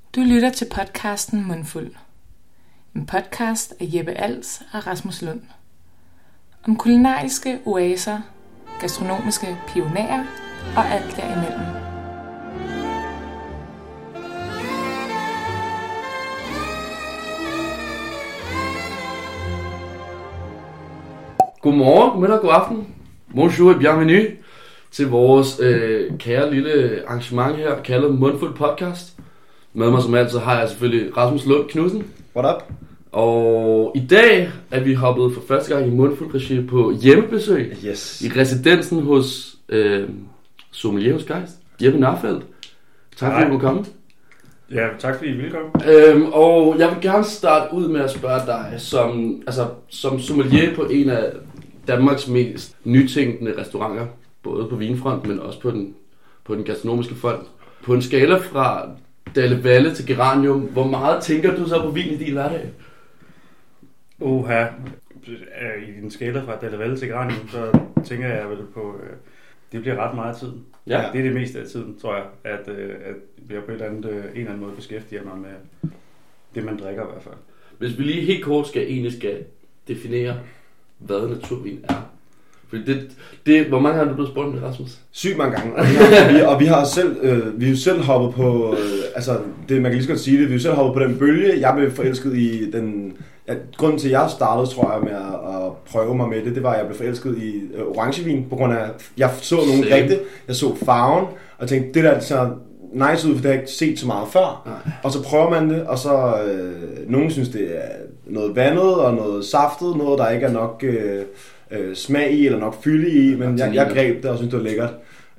Du lytter til podcasten Mundfuld. En podcast af Jeppe Als og Rasmus Lund. Om kulinariske oaser, gastronomiske pionerer og alt derimellem. Godmorgen, godmiddag, god aften. Bonjour et bienvenue til vores kære lille arrangement her, kaldet Mundfuld Podcast. Med mig som altid har jeg selvfølgelig Rasmus Lund Knudsen. What up? Og i dag er vi hoppet for første gang i Mundfuld regi på hjemmebesøg. Yes. I residensen hos Sommelier hos Geist, Jeppe Narfeldt. Tak fordi du kunne komme. Ja, tak fordi I ville komme. Og jeg vil gerne starte ud med at spørge dig, som sommelier på en af Danmarks mest nytænkende restauranter, både på vinfront, men også på den gastronomiske front. På en skala fra Dalle Valle til Geranium, hvor meget tænker du så på vin i din hverdag? I den skala fra Dalle Valle til Geranium, så tænker jeg vel på, det bliver ret meget tid. Ja. Det er det meste af tiden, tror jeg, at jeg på en eller anden måde beskæftiger mig med det, man drikker i hvert fald. Hvis vi lige helt kort skal definere, hvad naturvin er. Fordi hvor mange har du blevet spurgt om det, Rasmus? Sygt mange gange. Og vi har selv hoppet på, det man kan lige så godt sige det, vi har selv hoppet på den bølge. Jeg blev forelsket i den. Grunden til, at jeg startede, tror jeg, med at prøve mig med det var, at jeg blev forelsket i orangevin, på grund af, jeg så nogle rigtigt, jeg så farven, og tænkte, det der så nice ud, for det har jeg ikke set så meget før. Nej. Og så prøver man det, og så nogen synes, det er noget vandet og noget saftet, noget, der ikke er nok smag i, eller nok fylde i, men jeg greb det og synes, det var lækkert.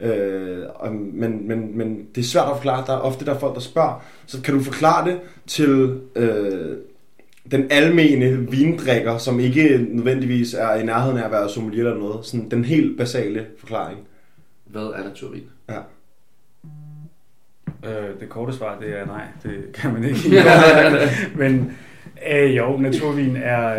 Men det er svært at forklare. Der er ofte der er folk, der spørger, så kan du forklare det til den almene vindrikker, som ikke nødvendigvis er i nærheden af at være sommelier eller noget. Sådan den helt basale forklaring. Hvad er naturvin? Ja. Det korte svar, det er nej. Det kan man ikke. Men jo, naturvin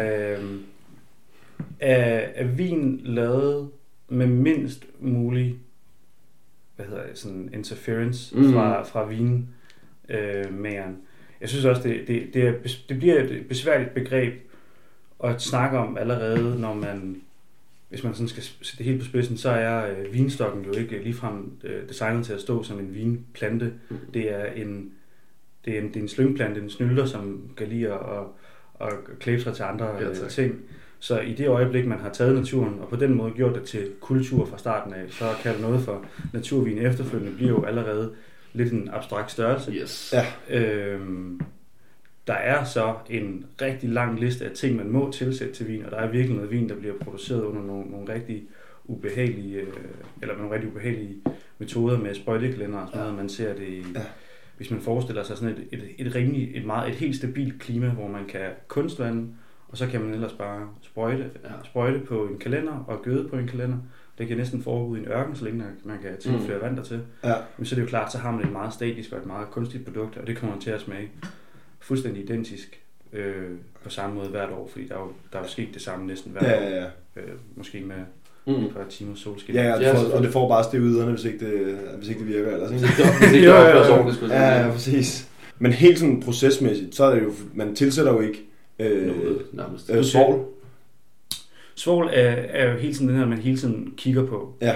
er vin lavet med mindst mulig sådan interference fra vinmageren. Jeg synes også, det bliver et besværligt begreb at snakke om allerede, når man, hvis man sådan skal sætte det helt på spidsen, så er vinstokken jo ikke ligefrem designet til at stå som en vinplante. Det er en slyngplante, en snylder, som kan lide at klæbe sig til andre ting. Så i det øjeblik, man har taget naturen, og på den måde gjort det til kultur fra starten af, så kan det noget for naturvin efterfølgende bliver jo allerede lidt en abstrakt størrelse. Yes. Ja. Der er så en rigtig lang liste af ting, man må tilsætte til vin, og der er virkelig noget vin, der bliver produceret under nogle rigtig ubehagelige, eller med nogle rigtig ubehagelige metoder med sprøjtekalender og sådan noget. Man ser det i, hvis man forestiller sig sådan et helt stabilt klima, hvor man kan kunstvande, og så kan man ellers bare sprøjte på en kalender og gøde på en kalender. Det kan næsten foregå i en ørken, så længe man kan tilføre vand dertil. Ja. Men så er det jo klart, så har man et meget statisk og et meget kunstigt produkt, og det kommer til at smage fuldstændig identisk på samme måde hvert år, fordi der er jo sket det samme næsten hvert år. Ja. Måske med et par timers solskin. Og det får bare stiv yderne, hvis ikke det virker ellers. Ikke? Hvis ikke det opfører sig ordentligt. Ja, præcis. Men helt sådan procesmæssigt, så er det jo, man tilsætter jo ikke svovl. Svovl er jo hele tiden den her, man hele tiden kigger på. Ja.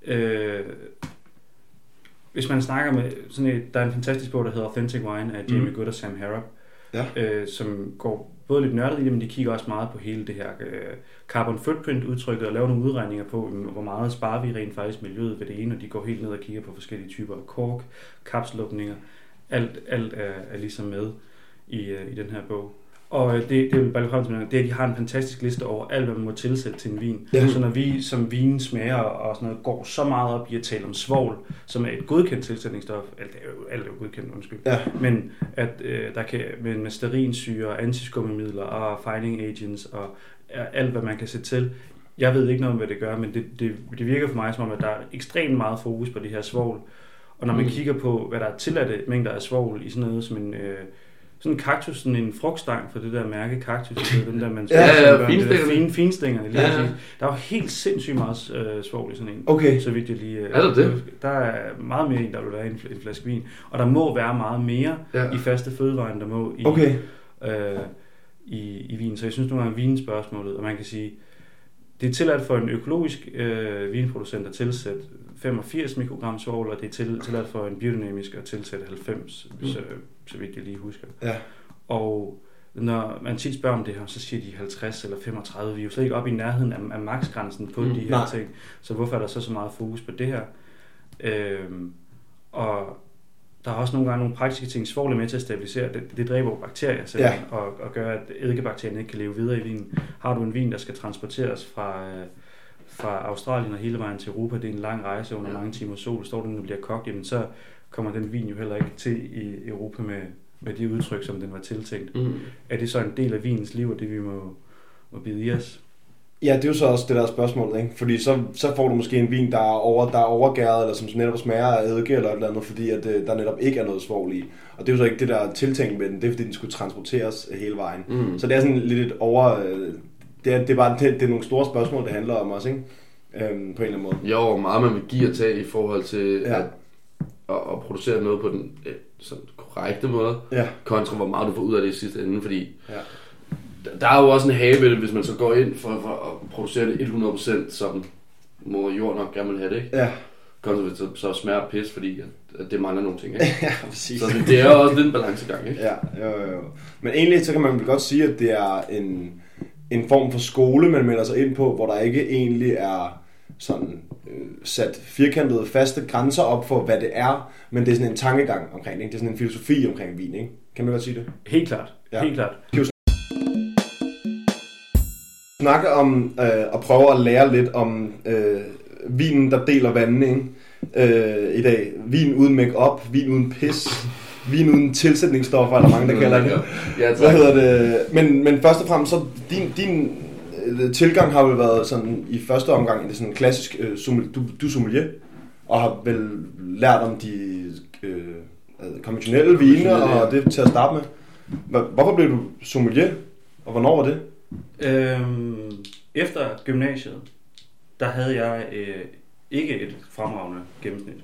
Hvis man snakker med sådan der er en fantastisk bog, der hedder Authentic Wine af Jamie Goode og Sam Harrop, som går både lidt nørdet i det, men de kigger også meget på hele det her carbon footprint udtrykket og laver nogle udregninger på, hvor meget sparer vi rent faktisk miljøet ved det ene, og de går helt ned og kigger på forskellige typer af kork, kapslukninger. Alt er ligesom med i den her bog. Og det vil bare frem til, det er, at de har en fantastisk liste over alt, hvad man må tilsætte til en vin. Ja. Så når vi som vinsmager og sådan noget går så meget op i at tale om svovl, som er et godkendt tilsætningsstof, alt er jo godkendt, undskyld, men at der kan med sterinsyre, antiskummemidler og fining agents og alt, hvad man kan sætte til. Jeg ved ikke noget om, hvad det gør, men det virker for mig som om, at der er ekstremt meget fokus på det her svovl. Og når man kigger på, hvad der er tilladte mængder af svovl i sådan noget som sådan en kaktus, sådan en frugtstang for det der mærke kaktus, det er den der, man finstængerne. Lige ja. Der er jo helt sindssygt meget svovl i sådan en. Okay. Så vidt jeg lige... Er der det? Der er meget mere end der vil være i en flaske vin. Og der må være meget mere i faste fødevarer, end der må i vin. Så jeg synes, nogle gange vinspørgsmålet, og man kan sige, det er tilladt for en økologisk vinproducent at tilsætte 85 mikrogram svovl, og det er tilladt for en biodynamisk at tilsætte 90, så vidt jeg lige husker. Ja. Og når man tit spørger om det her, så siger de 50 eller 35. Vi er jo slet ikke oppe i nærheden af maksgrænsen på de her ting. Så hvorfor er der så meget fokus på det her? Og der er også nogle gange nogle praktiske ting. Svovl er med til at stabilisere. Det dræber bakterier og gør, at eddikebakterierne ikke kan leve videre i vinen. Har du en vin, der skal transporteres fra Australien og hele vejen til Europa, det er en lang rejse under mange timer sol, står den og bliver kogt, jamen så kommer den vin jo heller ikke til i Europa med de udtryk, som den var tiltænkt. Er det så en del af vinens liv, og det vi må bide i os? Ja, det er jo så også det der spørgsmål, ikke? Fordi så får du måske en vin, der er overgæret, eller som netop smager af eddike eller et eller andet, fordi at der netop ikke er noget svovl i. Og det er jo så ikke det der tiltænkt med den, det er fordi den skulle transporteres hele vejen. Så det er sådan lidt et det er nogle store spørgsmål, det handler om også, ikke? På en eller anden måde. Jo, og meget man vil give og tage i forhold til at producere noget på den sådan korrekte måde, kontra hvor meget du får ud af det i sidste ende, fordi der er jo også en have ved det, hvis man så går ind for at producere det 100%, som mor jord nok gerne vil have det, ikke? Ja. Kontra hvis det så smager pis, fordi at det mangler nogle ting, ikke? Ja, præcis. Så det er jo også lidt en balancegang, ikke? Ja, jo. Men egentlig så kan man vel godt sige, at det er en form for skole, man melder sig ind på, hvor der ikke egentlig er sådan sat firkantede faste grænser op for, hvad det er, men det er sådan en tankegang omkring det, ikke? Det er sådan en filosofi omkring vin, ikke? Kan man godt sige det? Helt klart, helt klart. Snakke om at prøve at lære lidt om vinen, der deler vandene, ikke? I dag. Vin uden make-up, vin uden pis, vin uden tilsætningsstoffer, er der mange, der kalder det. Ja, hvad hedder det? Men først og fremmest, så din tilgang har vel været sådan i første omgang, det er sådan en klassisk du sommelier, og har vel lært om de konventionelle vine, og det til at starte med. Hvorfor blev du sommelier, og hvornår var det? Efter gymnasiet, der havde jeg ikke et fremragende gennemsnit.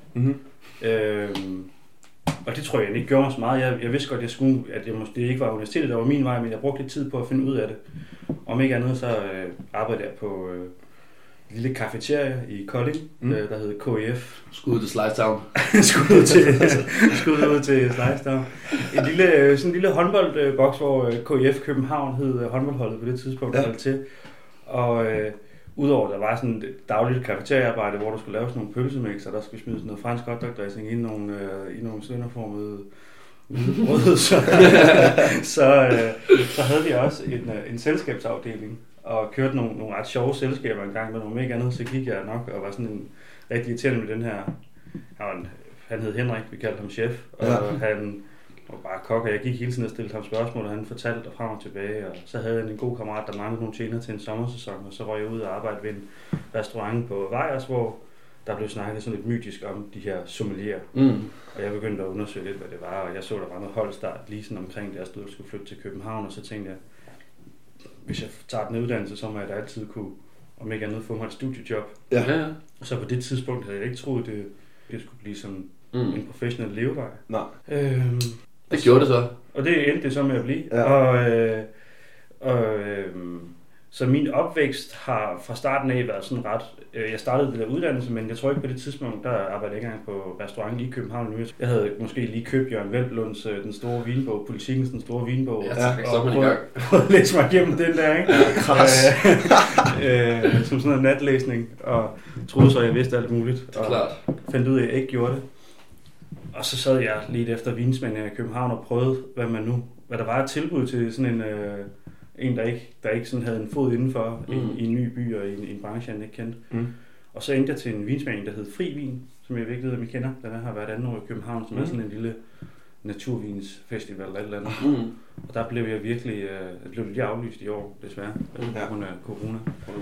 Og det tror jeg ikke gjorde mig så meget. Jeg vidste godt, at jeg måske ikke var universitetet, der var min vej, men jeg brugte lidt tid på at finde ud af det. Om ikke andet, så arbejdede jeg på en lille cafeteria i Kolding, der hed KIF. Skud til Slicetown. Skud ud til Slicetown. Sådan en lille håndboldboks, hvor KIF København hed håndboldholdet på det tidspunkt, der holdt til. Og udover der var sådan et dagligt cafeteriaarbejde, hvor der skulle laves nogle pølsemix, og der skulle smides noget fransk hotdog-dressing i nogle sønderformede brød. Så havde vi også en selskabsafdeling, og kørte nogle ret sjove selskaber en gang, men om ikke andet, så gik jeg nok og var sådan en rigtig irriterende med den her. Han hed Henrik, vi kaldte ham chef, og han var bare kok, og jeg gik hele tiden og stillede ham spørgsmål, og han fortalte der frem og tilbage, og så havde jeg en god kammerat, der manglede nogle tjener til en sommersæson, og så røg jeg ud og arbejdede ved en restaurant på Vejers, hvor der blev snakket sådan lidt mytisk om de her sommelierer. Og jeg begyndte at undersøge lidt, hvad det var, og jeg så, der var noget holdstart lige sådan omkring det, jeg stod og skulle flytte til København, og så tænkte jeg, hvis jeg tager den uddannelse, så må jeg da altid kunne, om ikke andet, få mig et studiejob. Ja. Og så på det tidspunkt havde jeg ikke troet, det skulle blive sådan en professionel levevej. Nej. Det gjorde det så. Og det endte det så med at blive. Ja. Så min opvækst har fra starten af været sådan ret... Jeg startede det der uddannelse, men jeg tror ikke på det tidspunkt, der arbejdede jeg ikke engang på restaurant i København. Jeg havde måske lige købt Jørgen Hvelplunds Den Store Vinbog, Politikens Den Store Vinbog. Ja, og prøvede at læse mig igennem den der, ikke? Som sådan en natlæsning, og troede så, at jeg vidste alt muligt. Og fandt ud af, at jeg ikke gjorde det. Og så sad jeg lidt efter vinsmændene i København og prøvede, hvad der var et tilbud til sådan en der ikke sådan havde en fod indenfor i en ny by og i en branche, jeg ikke kendte. Og så endte jeg til en vinsmagning, der hed Fri Vin, som jeg virkelig ved, at I kender. Den har været andet år i København, som er sådan en lille naturvinsfestival eller et eller andet. Og der blev jeg virkelig lige aflyst i år, desværre, på grund af corona.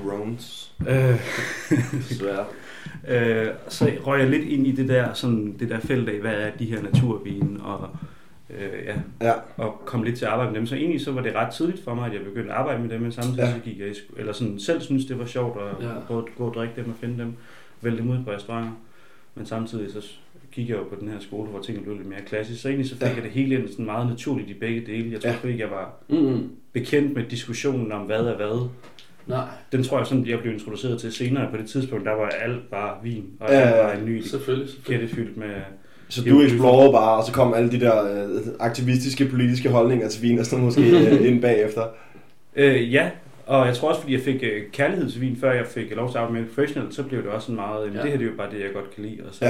Desværre. Så røg jeg lidt ind i det der felt af, hvad er de her naturvine, og og kom lidt til at arbejde med dem. Så egentlig så var det ret tidligt for mig, at jeg begyndte at arbejde med dem, men samtidig så gik jeg eller sådan selv synes det var sjovt at prøve at gå og drikke dem og finde dem, vælge dem ud på restauranter. Men samtidig så gik jeg jo på den her skole, hvor tingene blev lidt mere klassisk. Så egentlig så fik jeg det hele ind sådan meget naturligt i begge dele. Jeg tror ikke, jeg var bekendt med diskussionen om hvad er hvad. Nej. Den tror jeg sådan, jeg blev introduceret til senere. På det tidspunkt, der var alt bare vin, og alt var en ny kætte fyldt med... Så du explorede bare, og så kom alle de der aktivistiske, politiske holdninger til vin, og sådan måske ind bagefter? Ja, og jeg tror også, fordi jeg fik kærlighed til vin, før jeg fik lov til at arbejde med professionelt, så blev det også sådan meget, det her det er jo bare det, jeg godt kan lide. Og så,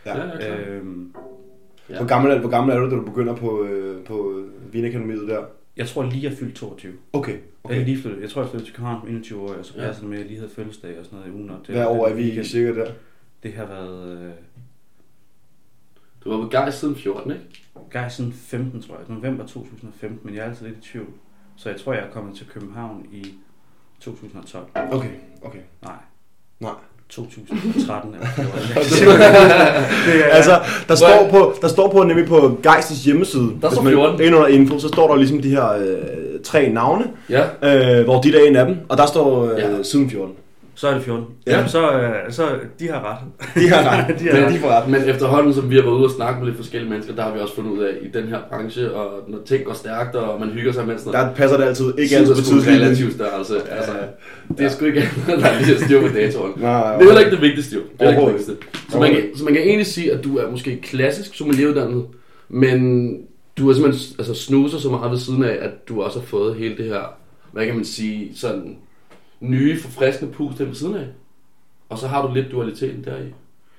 Hvor gammel er du, da du begynder på Vinakademiet der? Jeg tror lige, jeg fyldte 22. Okay. Jeg tror, jeg flyttede til København med 21 år, og så passede det med, at jeg lige havde fødselsdag og sådan noget i ugen. Hvad år er vi i cirka der? Det har været... Du var på Gejs siden 14, ikke? Gejs siden 15, tror jeg. November 2015, men jeg er altid lidt i tvivl. Så jeg tror, jeg er kommet til København i 2012. Okay. Nej. 2013 eller 14. Altså, der står på nemlig på Gejs' hjemmeside. Der står 14. Ind under info, så står der ligesom de her 3 navne, hvor dit er en af dem, og der står siden 14. Så er det 14. Ja. Så de har ret. De får ret. Men efterhånden, som vi har været ude og snakke med lidt forskellige mennesker, der har vi også fundet ud af i den her branche, og når ting går stærkt, og man hygger sig, mens der passer det altid ikke altid på tidslinjen. Relativt størrelse. Altså, det er sgu ikke andet, der er lige at styre på datoren. Det er heller ikke det vigtigste, jo. Det er ikke det vigtigste. Så man kan egentlig sige, at du er måske klassisk sommelieruddannet, men du har simpelthen snuset så meget ved siden af, at du også har fået hele det her, hvad kan man sige, sådan nye, forfriskende pust ved siden af. Og så har du lidt dualiteten deri.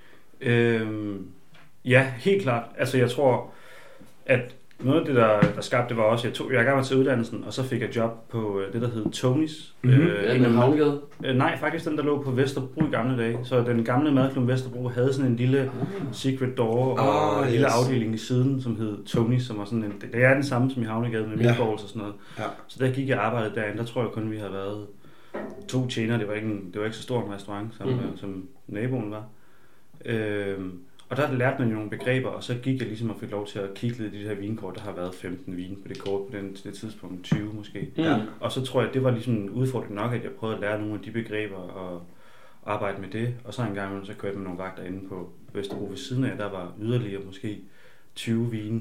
Ja, helt klart. Altså jeg tror, at noget af det, der skabte, det var også, jeg gav mig til uddannelsen, og så fik jeg job på det, der hed Tonys. En af Havnegade? Nej, faktisk den, der lå på Vesterbro i gamle dage. Så den gamle madklub Vesterbro havde sådan en lille secret door og en lille afdeling i siden, som hed Tonys, som var sådan en... Det er den samme som i Havnegade med meatballs og sådan noget. Ja. Så der gik jeg arbejdet derinde. Der tror jeg kun, vi havde været 2 tjenere. Det var ikke så stor en restaurant, som naboen var. Og der lærte man jo nogle begreber, og så gik jeg ligesom og fik lov til at kigge lidt i de her vinkort. Der har været 15 vine på det kort på det tidspunkt, 20 måske. Ja. Og så tror jeg, det var ligesom en udfordring nok, at jeg prøvede at lære nogle af de begreber og arbejde med det. Og så en gang så kørte jeg med nogle vagter inde på Vesterbro ved siden af. Der var yderligere måske 20 vine.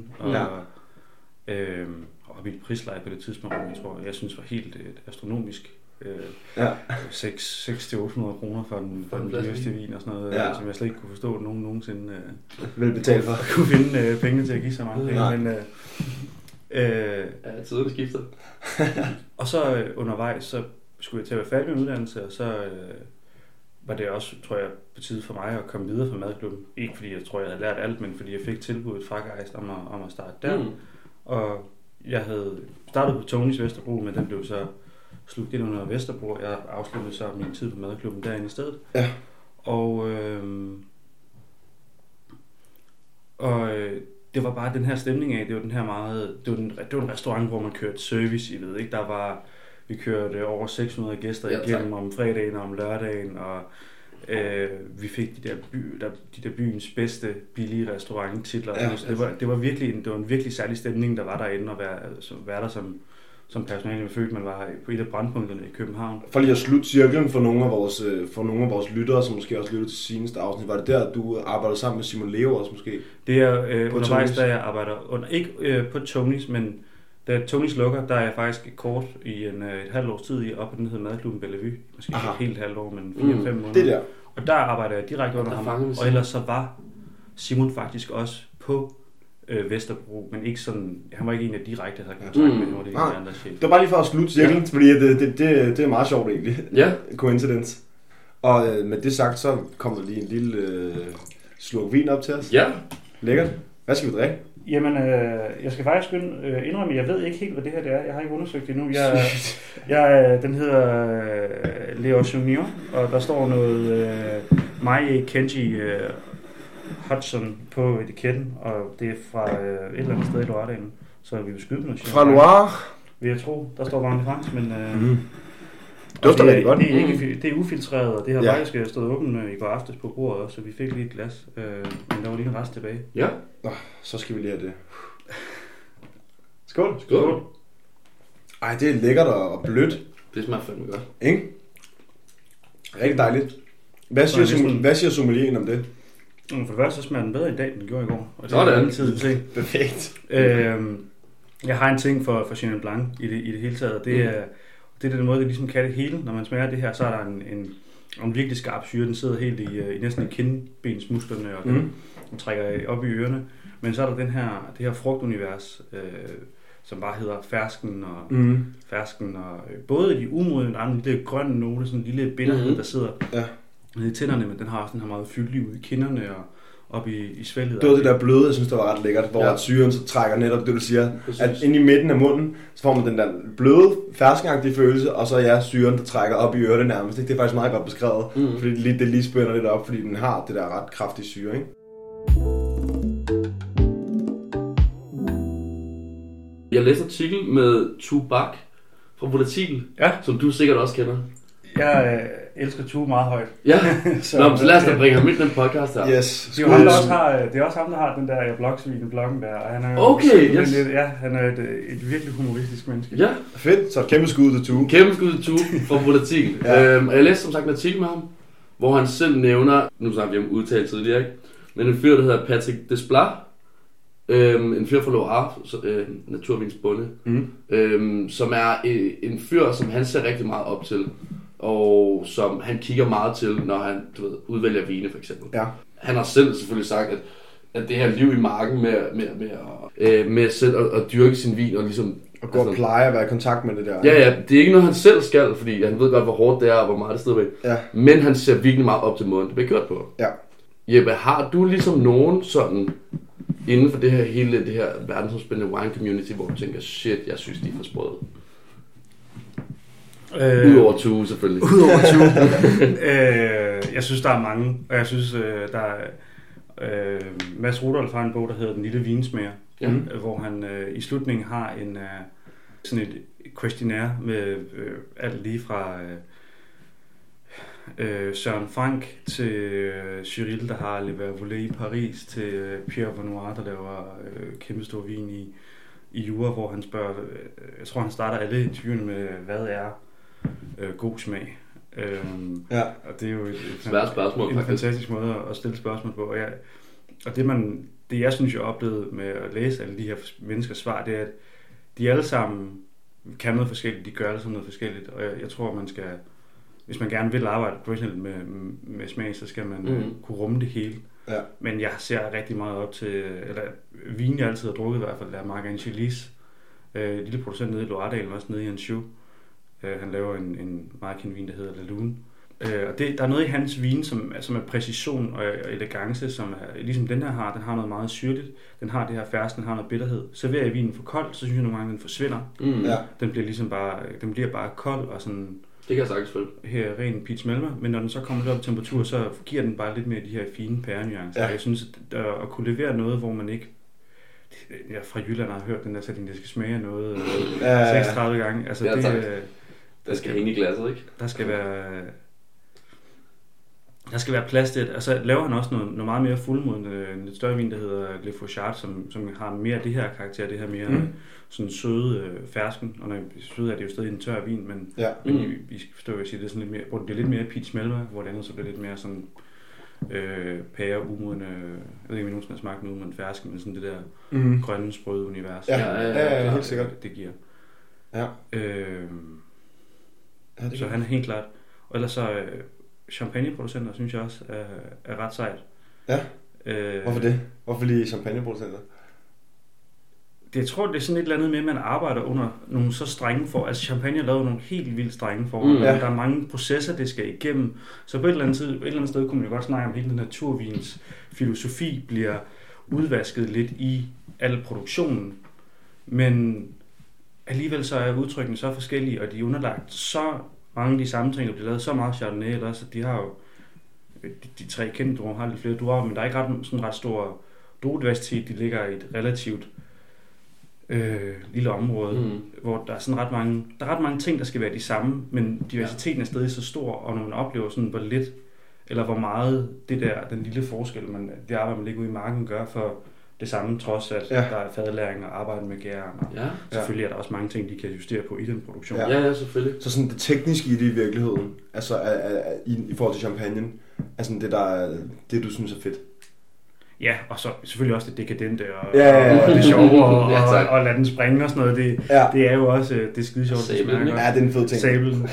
Og mit prisleje på det tidspunkt, jeg synes var helt astronomisk. 600-800 kroner for den dyreste vin og sådan noget, som jeg slet ikke kunne forstå, at nogen nogensinde vil betale for. Kunne finde penge til at give så mange penge. Men, tiden skifter. Og så undervejs, så skulle jeg til at være færdig med uddannelse, og så var det også, tror jeg, på tide for mig at komme videre fra madklubben. Ikke fordi jeg tror, jeg havde lært alt, men fordi jeg fik tilbuddet fra Gejst om at starte der. Og jeg havde startet på Tonys Vesterbro, men den blev så slugt ind under Vesterbro. Jeg afsluttede så min tid på madklubben derinde i stedet. Ja. Og det var bare den her stemning af, det var den her meget, det var en restaurant, hvor man kørte service, I ved ikke, vi kørte over 600 gæster igennem om fredagen og om lørdagen, og vi fik de der byens bedste billige restauranttitler. Det var en virkelig særlig stemning, der var derinde, og være der som personale. Jeg følte, man var på et af brandpunkterne i København. For lige at slutte cirklen for nogle af vores lyttere, som måske også lytter til seneste afsnit, var det der, du arbejdede sammen med Simon Leo også måske? Det er undervejs, da jeg arbejder ikke på Tonys, men da Tonys lukker, der er jeg faktisk kort i et halvt års tid op på den hedder Madklubben Bellevue. Måske ikke et helt halvt år, men 4-5 måneder. Det der. Og der arbejder jeg direkte under ham. Og ellers så var Simon faktisk også på Vesterbro, men ikke sådan, han var ikke en af direkte, jeg havde kontakt med nogle af de andre chefer. Det var bare lige for at slutte cirklen, fordi det er meget sjovt egentlig. Ja. Coincidence. Og med det sagt, så kommer der lige en lille slurk vin op til os. Ja. Lækkert. Hvad skal vi drikke? Jamen, jeg skal faktisk indrømme, jeg ved ikke helt, hvad det her er. Jeg har ikke undersøgt det endnu. Den hedder Leo Junior, og der står noget Mai Kenji Hudson på etiketten, og det er fra et eller andet sted i Loire-dalen, så vi vil skyde noget. Fra Loire? Vil jeg tro. Der står bare i fransk, men det godt. Det er ufiltreret, og det har faktisk stået åbent i går aftes på bordet også, så vi fik lige et glas, men der var lige en rest tilbage. Ja. Så skal vi lige have det. Skål. Skål. Ej, det er lækkert og blødt. Det smager fandme godt. Ikke? Rigtig dejligt. Hvad siger sommelieren om det? For det første så smager den bedre i dag, end den gjorde i går. Og det sådan. Er altid se. Perfekt. Jeg har en ting for Chenin Blanc i det hele taget. Det er den måde, det ligesom kan det hele. Når man smager det her, så er der en virkelig skarp syre. Den sidder helt i næsten i kindbensmusklerne, og den trækker op i ørerne. Men så er der det her frugtunivers, som bare hedder fersken og både de umodne, der er en lille grøn note, sådan en lille bitterhed, der sidder nede i tænderne, men den har også den her meget fyldig ud i kinderne og op i svælget. Det var det der bløde, jeg synes, der var ret lækkert, hvor syren så trækker netop det, du siger, at inde i midten af munden, så får man den der bløde, ferskenagtige følelse, og så syren, der trækker op i ørerne nærmest. Det er faktisk meget godt beskrevet, fordi det lige spænder lidt op, fordi den har det der ret kraftige syre, ikke? Jeg læste en artikel med Tubac fra Volatil, som du sikkert også kender. Jeg elsker Tue meget højt. Ja, så lad os da bringe ham ind i den podcast her. Yes. Det er også ham, der har den der bloggen der. Og han er han er et virkelig humoristisk menneske. Ja. Fedt, så kæmpe skud til Tue. Kæmpe skud til Tue fra Volatil. Og jeg læste som sagt en artikel med ham, hvor han selv nævner, nu snakker vi om udtale tidligere, ikke? Men en fyr, der hedder Patrick Desplat, en fyr fra Loire, naturvinsbonde, som er en fyr, som han ser rigtig meget op til, og som han kigger meget til, når han udvælger vine for eksempel. Ja. Han har selv selvfølgelig sagt, at det her liv i marken med selv at dyrke sin vin og ligesom og gå og pleje at være i kontakt med det der. Ja, det er ikke noget han selv skal, fordi han ved godt hvor hårdt det er og hvor meget det steder væk. Ja. Men han ser virkelig meget op til måden det bliver gjort på. Ja. Jeppe, har du ligesom nogen sådan inden for det her verdensomspændende wine community, hvor du tænker, shit, jeg synes, de er for sprøde? Udover Tue, selvfølgelig. Udover Tue. Jeg synes, der er mange, og jeg synes, der er Mads Rudolf har en bog, der hedder Den lille vinsmager, hvor han i slutningen har sådan et questionnaire med alt lige fra Søren Frank til Cyril, der har Le Vervolé i Paris, til Pierre Vanois, der laver kæmpestor vin i Jura, hvor han spørger, jeg tror han starter alle interviewene med, hvad er god smag? Og det er jo en fantastisk måde at stille spørgsmål på. Og det jeg synes jeg oplevede med at læse alle de her menneskers svar, det er, at de alle sammen kan noget forskelligt, de gør alle sammen noget forskelligt, og jeg tror, man skal, hvis man gerne vil arbejde professionelt med smag, så skal man kunne rumme det hele. Ja. Men jeg ser rigtig meget op til, eller vin jeg altid har drukket i hvert fald, der er Marc Angelis, lille producent nede i Loiredalen, også nede i Anjou. Han laver en meget kendt vin, der hedder La Lune. Og der er noget i hans vin, som er præcision og elegance, som er, ligesom den her har. Den har noget meget syrligt. Den har det her fersk, den har noget bitterhed. Serverer jeg vinen for kold, så synes jeg nogle gange, den forsvinder. Den bliver ligesom bare kold og sådan. Det kan jeg sagtens følge. Her ren peach melmer, men når den så kommer lidt op i temperatur, så giver den bare lidt mere de her fine pærenuancer. Jeg synes, at kunne levere noget, hvor man ikke... Jeg fra Jylland har hørt den der sætning, det skal smage noget 36 gange. Altså, der skal hænge i glasset, ikke? Der skal være plads til det. Altså laver han også noget meget mere fuldmoden, en lidt større vin, der hedder Glyphosat, som har mere af det her karakter, det her mere sådan søde fersken. Og når søde er det jo stadig en tør vin, men vi skal forstå, at jeg siger, det er sådan lidt mere, hvor det er lidt mere peach melmer, hvor det andet så bliver lidt mere sådan pære, umodne, jeg ved ikke, om nogen har smagt noget umodne fersken, men sådan det der grønne, sprøde univers. Ja, helt sikkert. Det giver. Ja. Så han er helt klart. Og ellers så champagneproducenter, synes jeg også, er ret sejt. Ja. Hvorfor det? Hvorfor lige champagneproducenter? Jeg tror, det er sådan et eller andet med, at man arbejder under nogle så strenge forhold. Altså champagne har lavet nogle helt vildt strenge forhold. Der er mange processer, det skal igennem. Så på et eller andet sted kunne man jo godt snakke om, hele den naturvins filosofi bliver udvasket lidt i al produktionen. Men alligevel så er udtrykkene så forskellige, og de er underlagt så mange af de samme ting, der bliver lavet så meget Chardonnay, eller så de har jo de tre kendte druer, har lidt flere druer, men der er ikke ret stor druediversitet. De ligger i et relativt lille område, hvor der er sådan ret mange ting, der skal være de samme, men diversiteten er stadig så stor, og når man oplever sådan, hvor lidt, eller hvor meget den lille forskel, det arbejde, man ligger ude i marken, gør for det samme, trods at der er fadlæring og arbejde med gæren. Ja. Selvfølgelig er der også mange ting, de kan justere på i den produktion. Ja, selvfølgelig. Så sådan det tekniske i det i virkeligheden, altså i forhold til champagne, er sådan det, du synes er fedt. Ja, og så selvfølgelig også det dekadente og det sjove og lade den springe og sådan noget. Det er jo også det er skide sjovt. Sablen, ja, det er en fed ting. Sablen.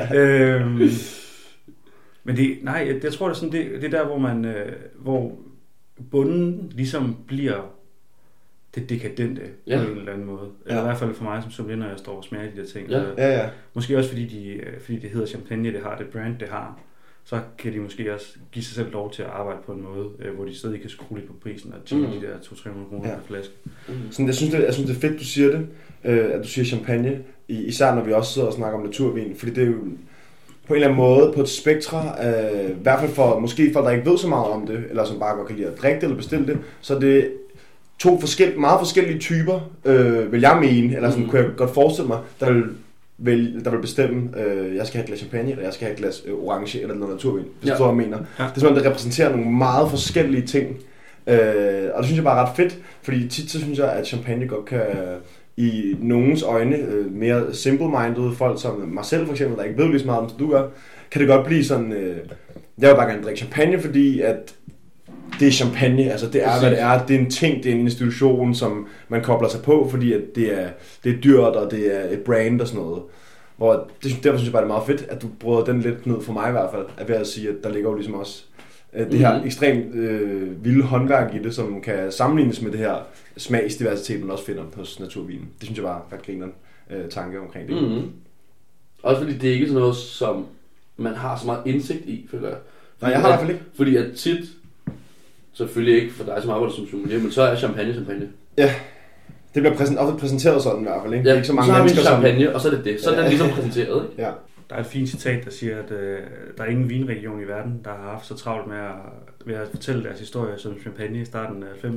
Men jeg tror, det er sådan det er der, hvor bunden ligesom bliver det dekadente på en eller anden måde. Eller i hvert fald for mig som sommelier, når jeg står og smager de der ting. Ja. Måske også fordi det hedder champagne, det har det brand, det har. Så kan de måske også give sig selv lov til at arbejde på en måde, hvor de stadig kan skrue lidt på prisen og tjene de der 200-300 kroner per flaske. Sådan, jeg synes, det er fedt, du siger det, at du siger champagne, især når vi også sidder og snakker om naturvin, fordi det er jo på en eller anden måde på et spektra, i hvert fald for måske folk, der ikke ved så meget om det, eller som bare godt kan lide at drikke det eller bestille det, så er det to meget forskellige typer, vil jeg mene, eller sådan kunne jeg godt forestille mig, der vil bestemme, jeg skal have et glas champagne, eller jeg skal have et glas orange, eller noget naturvin, hvis du mener. Ja. Det er sådan, det repræsenterer nogle meget forskellige ting, og det synes jeg bare er ret fedt, fordi tit så synes jeg, at champagne godt kan, i nogens øjne, mere simple-minded folk, som mig selv for eksempel, der ikke ved lige så meget om, som du gør, kan det godt blive sådan, jeg vil bare gerne drikke champagne, fordi at det er champagne, altså det er, hvad det er. Det er en ting, det er en institution, som man kobler sig på, fordi at det er dyrt, og det er et brand og sådan noget. Derfor synes jeg bare, det er meget fedt, at du bryder den lidt ned for mig i hvert fald, at ved at sige, at der ligger jo ligesom også det her ekstremt vilde håndværk i det, som kan sammenlignes med det her smagsdiversitet, man også finder hos naturvinen. Det synes jeg bare er ret grineren tanke omkring det. Mm-hmm. Også fordi det er ikke sådan noget, som man har så meget indsigt i, føler jeg. Nej, jeg har i hvert fald ikke. Fordi at tit, selvfølgelig ikke for dig som arbejder som sommelier, men så er champagne. Ja, det bliver ofte præsenteret sådan i hvert fald, ikke? Ja, ikke så mange så har vi mennesker, champagne, og så er det. Så er den ligesom præsenteret, ikke? Ja. Der er et fint citat, der siger, at der er ingen vinregion i verden, der har haft så travlt med at fortælle deres historie som champagne i starten af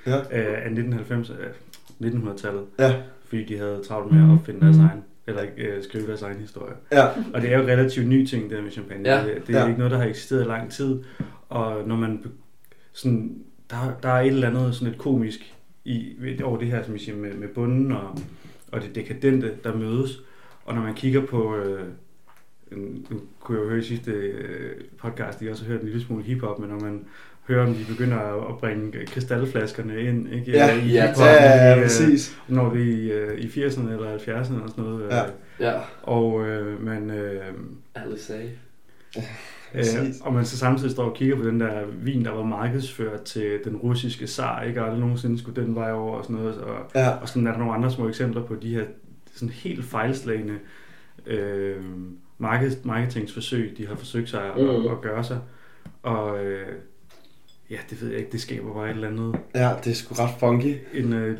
1900-tallet. Ja. Fordi de havde travlt med at opfinde deres egen, eller skrive deres egen historie. Ja. Og det er jo relativt ny ting, det med champagne. Ja. Det er ikke noget, der har eksisteret i lang tid. Og når man sådan, der er et eller andet sådan et komisk over det her, som I siger, med bunden og det dekadente, der mødes. Og når man kigger på, nu kunne jeg jo høre i sidste podcast, I også har hørt en lille smule hiphop, men når man hører, om de begynder at bringe kristalflaskerne ind, ikke? I hiphop, præcis. Når vi i 80'erne eller 70'erne og sådan noget. Og man... og man så samtidig står og kigger på den der vin, der var markedsført til den russiske zar, ikke? Og aldrig nogensinde skulle den vej over og sådan noget. Og sådan er der nogle andre små eksempler på de her sådan helt fejlslagne marketingsforsøg, de har forsøgt sig at gøre sig. Og det ved jeg ikke, det skaber bare et eller andet. Ja, det er sgu ret funky. En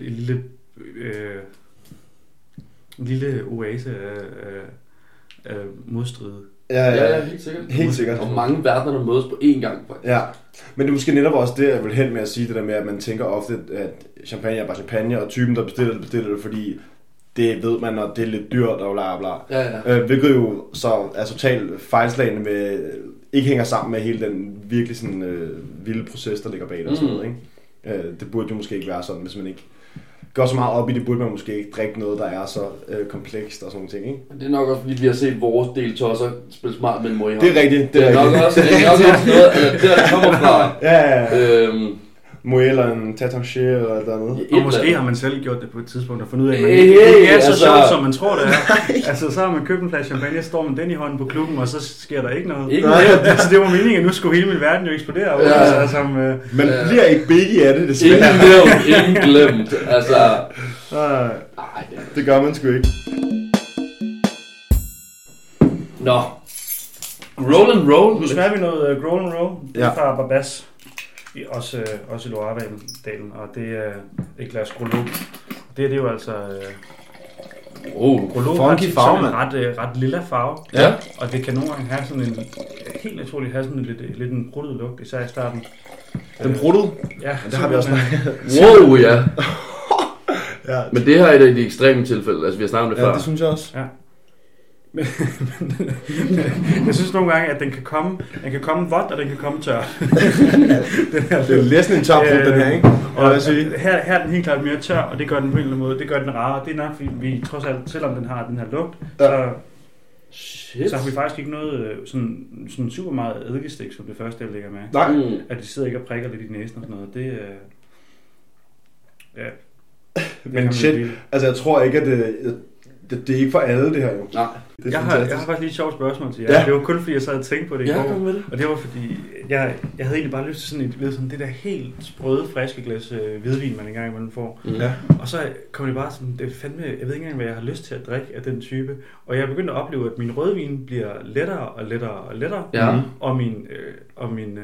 lille oase af modstrid. Ja, helt sikkert. Helt sikkert. Og mange verdener, der mødes på én gang. Faktisk. Ja, men det er måske netop også det, jeg vil hen med at sige det der med, at man tænker ofte, at champagne er bare champagne, og typen, der bestiller det, fordi det ved man, og det er lidt dyrt og bla bla. Ja. Hvilket jo så er totalt fejlslagende med, ikke hænger sammen med hele den virkelig sådan vilde proces, der ligger bag det og sådan noget, ikke? Det burde jo måske ikke være sådan, hvis man ikke går så meget op i det, burde man måske ikke drikke noget, der er så komplekst og sådan nogle ting, ikke? Det er nok også, fordi vi har set vores del tosser spille smart med en mor i hånden. Det er rigtigt. Det er nok også noget, der kommer fra. Ja. Moët eller en Tatanché eller et eller andet. Og måske har man selv gjort det på et tidspunkt og fundet ud af, at man ikke er så sjovt, som man tror, det er. Altså, så har man købt en flaske champagne, står man den i hånden på klubben, og så sker der ikke noget. Så det var meningen, at nu skulle hele min verden jo eksplodere. Man bliver ikke big af det, desværre. Ingen glemt. Altså... Det gør man sgu ikke. Nå. Roll and roll. Nu smager vi noget Roll and Roll. Det er fra Barbas. Også i Loire-dalen, og det er et glas Grolot. Det er jo altså... Grolot funky farve, en ret lilla farve. Ja. Og det kan nogle gange have sådan en... Helt naturligt have sådan lidt en bruttet lugt, især i starten. Den bruttede? Ja. Det har vi også Wow, ja. Men det her er et af de ekstreme tilfælde, altså vi har snakket om det før. Ja, det synes jeg også. Ja. Men jeg synes nogle gange, at den kan komme vådt, og den kan komme tør. Det er næsten en tør den her, ikke? Og her er den helt klart mere tør, og det gør den på en eller anden måde. Det gør den rarere. Det er nok, fordi vi trods alt, selvom den har den her lugt, så har vi faktisk ikke noget sådan super meget eddikestik, som det første, jeg lægger med. Nej. At de sidder ikke og prikker lidt i næsen og sådan noget. Det ja. Men shit, altså jeg tror ikke, at det er ikke for alle det her jo. Nej. Jeg har faktisk lige et sjovt spørgsmål til jer. Ja. Det var kun fordi, jeg sad og tænkte på det i går. Og det var fordi, jeg havde egentlig bare lyst til sådan det der helt sprøde, friske glas hvidvin, man engang imellem får. Ja. Og så kom det bare sådan, det fandme, jeg ved ikke engang, hvad jeg har lyst til at drikke af den type. Og jeg er begyndt at opleve, at min rødvin bliver lettere og lettere og lettere. Ja. Og min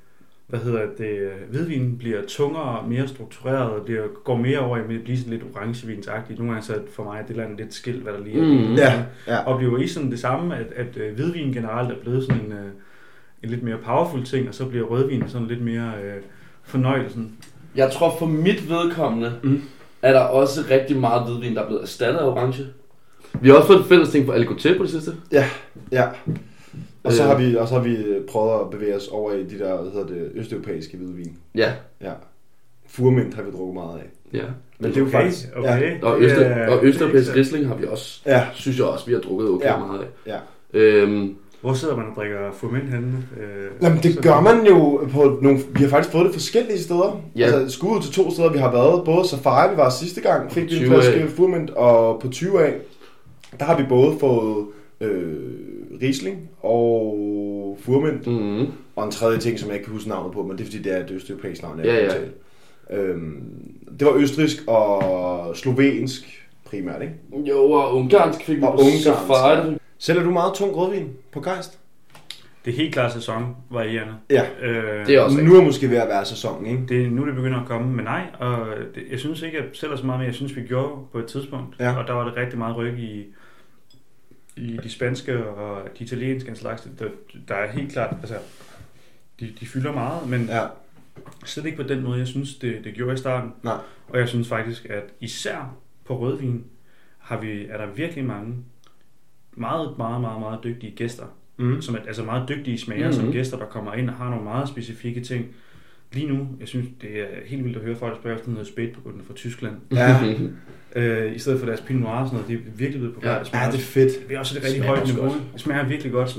hvidvin bliver tungere, mere struktureret, går mere over i at blive sådan lidt orangevinsagtigt. Nogle gange så for mig er det lidt skilt, hvad der lige er. Ja. Oplever I sådan det samme, at hvidvin generelt er blevet sådan en lidt mere powerful ting, og så bliver rødvin sådan lidt mere fornøjelsen? Jeg tror for mit vedkommende, er der også rigtig meget hvidvin, der er blevet erstattet af orange. Vi har også fået et fælles ting for Aligoté på det sidste. Ja. Og så har vi prøvet at bevæge os over i de der, østeuropæiske hvidvin. Ja. Furmint har vi drukket meget af. Ja. Men det er jo faktisk... Okay. Ja. Og østeuropæisk Riesling har vi også, synes jeg også, vi har drukket meget af. Ja. Hvor sidder man og drikker furmint henne? Jamen det gør man jo på nogle... Vi har faktisk fået det forskellige steder. Ja. Altså skuddet til 2 steder, vi har været. Både Safari, vi var sidste gang, fik vi en flaske furmint, og på 20 af, der har vi både fået Riesling og furmint, og en tredje ting, som jeg ikke kan huske navnet på, men det er fordi, det er et østeuropæisk navn, jeg kan tale. Det var østrigsk og slovensk primært, ikke? Jo, og ungarsk fik vi på Safari. Sælger du meget tung rødvin på Geist? Det er helt klart sæsonvarierende. Ja, det er også nu er måske ved at være sæsonen, ikke? Nu det begynder at komme, men nej, og jeg synes ikke, jeg sælger så meget, men jeg synes, vi gjorde på et tidspunkt, og der var det rigtig meget ryg i de spanske og de italienske slags, der er helt klart, altså, de fylder meget, men slet ikke på den måde, jeg synes, det gjorde i starten. Nej. Og jeg synes faktisk, at især på rødvin er der virkelig mange meget, meget, meget, meget dygtige gæster, som er altså meget dygtige smager, som gæster, der kommer ind og har nogle meget specifikke ting. Lige nu, jeg synes, det er helt vildt at høre folk spørge efter noget spætbegyndende fra Tyskland. Ja. I stedet for deres Pinot Noir og sådan noget, det er virkelig ved på vej. Ja, det er fedt. Det er også et rigtig højt niveau. Det smager virkelig godt.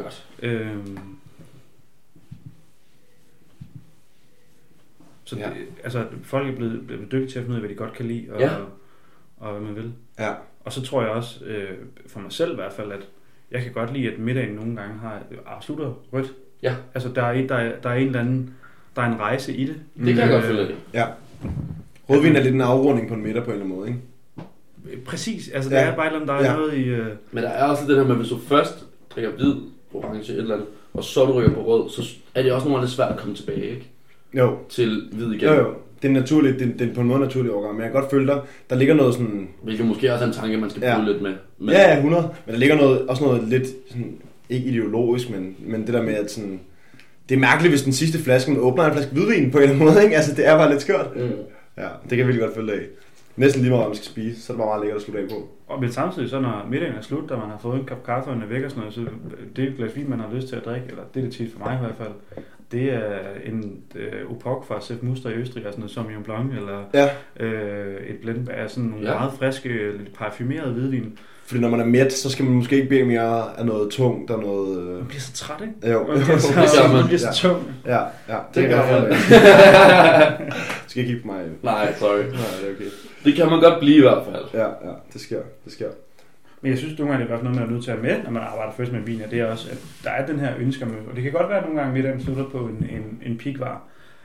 Så det, altså, folk er blevet dygtige til at finde ud af, hvad de godt kan lide, og hvad man vil. Ja. Og så tror jeg også, for mig selv i hvert fald, at jeg kan godt lide, at middagen nogle gange afslutter rødt. Ja. Altså, der er en eller anden, der er en rejse i det. Det kan jeg godt følge det. Ja. Rødvin er lidt en afrunding på en middag på en eller anden måde, ikke? Præcis. Altså, det er bare et eller andet, der er noget i... Men der er også det her med, hvis du først drikker hvid, orange, et eller andet, og så du rykker på rød, så er det også nogle gange lidt svært at komme tilbage, ikke? Jo. Til hvid igen. Jo. Det er naturligt, det er på en måde naturlig overgang, men jeg kan godt følge dig. Der ligger noget sådan... Hvilket måske også er en tanke, man skal bruge lidt med. Ja, 100. Men der ligger også noget lidt, sådan, ikke ideologisk, men det der med, at sådan... Det er mærkeligt, hvis den sidste flaske, man åbner en flaske hvidvin på en eller anden måde, ikke? Altså, det er bare lidt skørt. Ja, det kan jeg virkelig godt følge af. Næsten lige meget, man skal spise, så er det bare meget lækkert at slutte af på. Og men samtidig, så når middagen er slut, og man har fået en kop kaffe og en væk og sådan noget, så det er et glas vin, man har lyst til at drikke, eller det er det tit for mig i hvert fald. Det er en Opok fra Sepp Muster i Østrig, altså noget Sauvignon Blanc, eller et blend af sådan nogle meget friske, lidt parfumerede hvidvin. Fordi når man er mæt, så skal man måske ikke bede mere af noget tungt og noget... Man bliver så træt, ikke? Jo. Man bliver så tung. Ja, det kan jeg. Skal ikke kigge på mig? Nej, sorry. Nej, det er okay. Det kan man godt blive i hvert fald. Ja, det sker. Men jeg synes, nogle gange det er noget, man er nødt til at med, når man arbejder først med vin, og det er også, at der er den her ønske med, og det kan godt være, at nogle gange middagen slutter på en pikvar.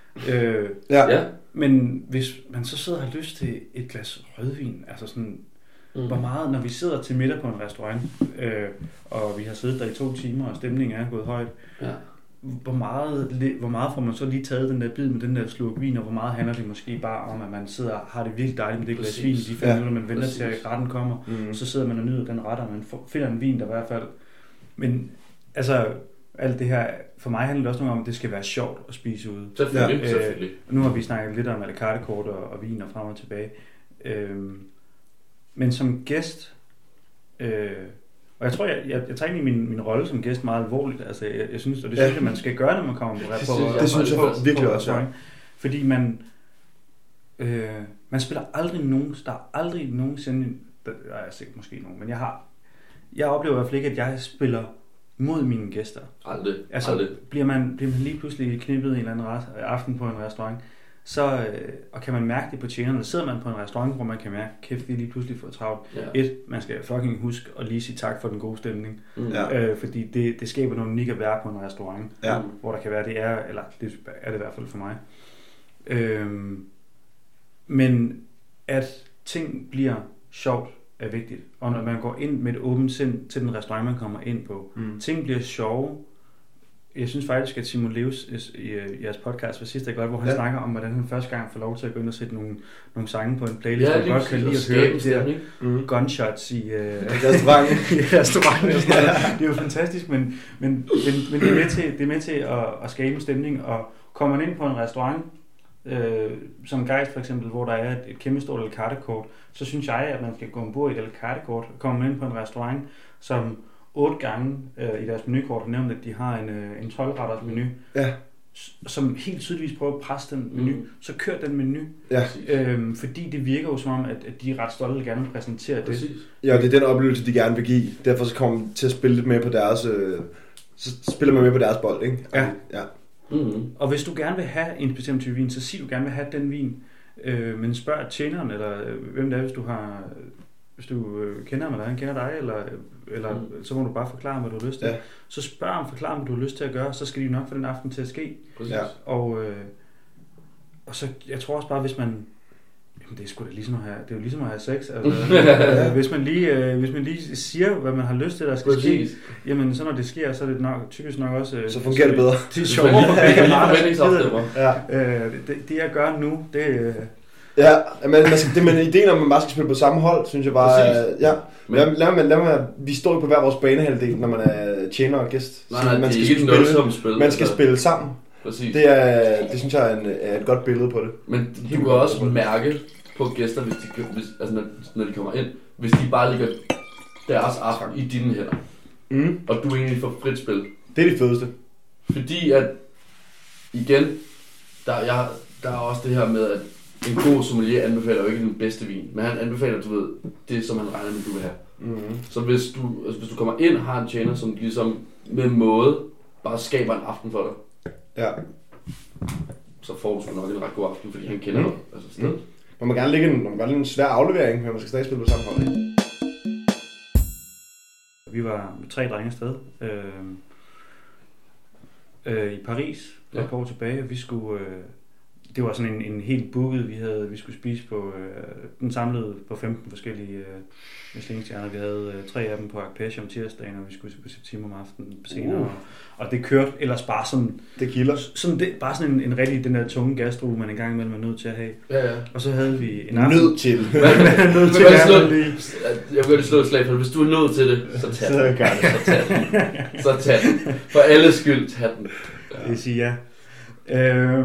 Men hvis man så sidder og har lyst til et glas rødvin, altså sådan, hvor meget, når vi sidder til middag på en restaurant, og vi har siddet der i 2 timer, og stemningen er gået højt, hvor meget får man så lige taget den der bid med den der slurk vin, og hvor meget handler det måske bare om, at man sidder og har det virkelig dejligt med det glas vin, de 5 minutter, man venter til, at retten kommer, så sidder man og nyder den ret, og man finder en vin, der i hvert fald. Men altså, alt det her, for mig handler det også om, at det skal være sjovt at spise ude. Selvfølgelig. Nu har vi snakket lidt om à la carte kort og vin og frem og tilbage. Men som gæst, Og jeg tror, jeg tager egentlig min rolle som gæst meget alvorligt. Altså, jeg synes, og det synes jeg, man skal gøre, når man kommer på. Det synes jeg virkelig også, ja. Fordi man spiller aldrig nogen, der er aldrig nogensinde, der er sikkert måske nogen, men jeg oplever i hvert fald ikke, at jeg spiller mod mine gæster. Aldrig. Altså, aldrig. Bliver man lige pludselig knippet en eller anden aften på en restaurant, så, og kan man mærke det på tjenerne, sidder man på en restaurant, hvor man kan mærke, kæft, vi lige pludselig får travlt. Ja. Man skal fucking huske at lige sige tak for den gode stemning. Fordi det skaber nogle unikke at være på en restaurant, hvor der kan være, det er det i hvert fald for mig. Men at ting bliver sjovt er vigtigt. Og når man går ind med et åbent sind til den restaurant, man kommer ind på, ting bliver sjove. Jeg synes faktisk, at Simon Leus i jeres podcast var sidste godt, hvor han snakker om, hvordan han første gang får lov til at gå ind og sætte nogle sange på en playlist, og godt kan lide at høre de der gunshots i restauranten. Det er jo fantastisk, men det er med til at skabe en stemning, og kommer man ind på en restaurant, som Geist for eksempel, hvor der er et kæmpe stort à la carte-kort, så synes jeg, at man skal gå ombord i et à la carte-kort, og komme ind på en restaurant, som 8 gange i deres menukort har nævnt, at de har en 12-retters menu, som helt tydeligvis prøver at presse den menu, så kør den menu, fordi det virker jo som om, at de er ret stolte og gerne vil præsentere det. Ja, det er den oplevelse, de gerne vil give. Derfor så kommer de til at spille lidt med på deres, så spiller man med på deres bold, ikke? Ja. Og hvis du gerne vil have en bestemt type vin, så sig du gerne vil have den vin, men spørg tjeneren, eller hvem det er, hvis du kender ham, eller han kender dig, eller så må du bare forklare, hvad du har lyst til. Så spørg ham, forklar, hvad du har lyst til at gøre, så skal de nok få den aften til at ske. Og så, jeg tror også bare, hvis man, det er sgu da ligesom det er jo ligesom at have sex. Altså, hvis man lige siger, hvad man har lyst til, der skal ske, jamen så når det sker, så er det nok typisk nok også. Så fungerer det bedre. Det er sjovere for det jeg gør nu, det. Men ideen om, at man bare skal spille på samme hold, synes jeg bare. Lad mig, vi står jo på hver vores banehalvdel, når man er tjener og gæst. Man skal spille sammen. Præcis. Det synes jeg er et godt billede på det. Men du kan også mærke på gæster, når de kommer ind, hvis de bare ligger deres aften i dine hænder, og du egentlig får frit spil. Det er det fedeste. Fordi at, igen, der er også det her med, at en god sommelier anbefaler jo ikke den bedste vin, men han anbefaler, du ved, det som han regner med, du vil have. Så hvis du kommer ind og har en tjener, som ligesom med en måde bare skaber en aften for dig, så får du sgu nok en ret god aften, fordi han kender dig. Altså stedet. Man må gerne lægge en svær aflevering, men man skal stadig spille på samme hold. Vi var 3 drenge afsted i Paris for et par år tilbage, og vi skulle. Det var sådan en helt booket, vi skulle spise på, den samlede på 15 forskellige Michelin-stjerner. Vi havde 3 af dem på Arpège om tirsdagen, og vi skulle på Septim om aftenen senere. Og det kørte ellers bare sådan... Det kilder. Bare sådan en rigtig, den der tunge gastro, man engang imellem er nødt til at have. Ja. Og så havde vi en aften... Nødt til. Jeg vil slå et slag for det. Hvis du er nødt til det, så tag den. Så tag den. For alles skyld, tag den. Det vil sige ja.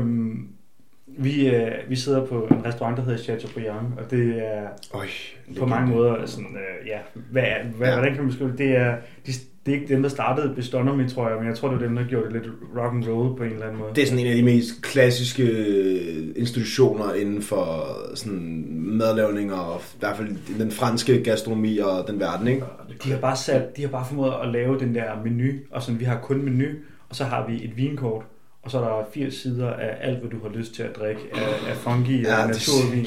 Vi sidder på en restaurant, der hedder Chateaubriand, og det er på mange måder sådan, hvordan kan man beskrive det? Det er ikke dem, der startede Bistronomy, tror jeg, men jeg tror, det var dem, der gjorde det lidt rock and roll på en eller anden måde. Det er sådan en af de mest klassiske institutioner inden for sådan madlavning og i hvert fald den franske gastronomi og den verden, ikke? De har bare formået at lave den der menu, og sådan, vi har kun menu, og så har vi et vinkort. Og så er der 80 sider af alt, hvad du har lyst til at drikke af fungi og naturvin.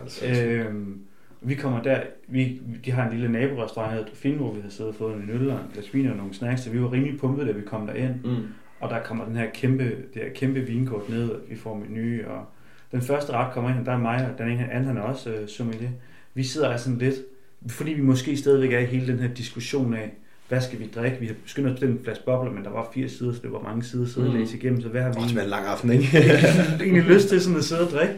Vi kommer der, de har en lille naborestaurant, der hedder Dauphine, hvor vi har siddet og fået en øl og en glas vin og nogle snacks, så vi var rimelig pumpet, da vi kom derind. Og der kommer det her kæmpe vinkort ned, og vi får menu, og den første ret kommer ind, og der er mig, og den anden han er også sommelier. Vi sidder altså sådan lidt, fordi vi måske stadigvæk er i hele den her diskussion af, hvad skal vi drikke? Vi har skyndt os til en flaske bobler, men der var 80 sider, så det var mange sider at sidde og læse igennem, så hvad har vi... Det var en lang aften, ikke? egentlig lyst til sådan at sidde og drikke.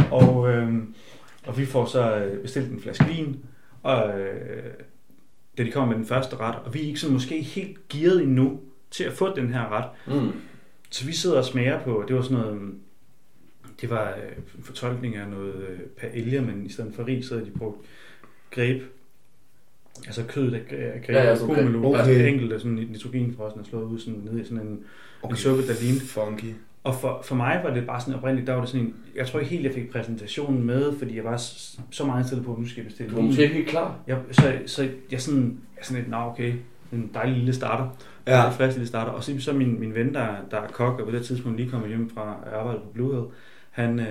Og vi får så bestilt en flaske vin, og da de kommer med den første ret, og vi er ikke sådan måske helt gearet endnu til at få den her ret. Så vi sidder og smager på, det var sådan noget... Det var en fortolkning af noget paella, men i stedet for ris, så havde de brugt grape Altså kødet af komelo, okay. altså enkelte sådan nitrogenfrosten er slået ud sådan ned i sådan en suppe, der lignede. Funky. Og for mig var det bare sådan oprindeligt, der var det sådan en, jeg tror ikke helt, jeg fik præsentationen med, fordi jeg var så meget indstillet på, at nu skal jeg bestille. Du var måske ikke helt klar. Så jeg sådan lidt, okay, en dejlig lille starter. Ja. En frisk lille starter. Og så min ven, der er kok, og på det tidspunkt lige kommer hjem fra arbejde på Blue Hill,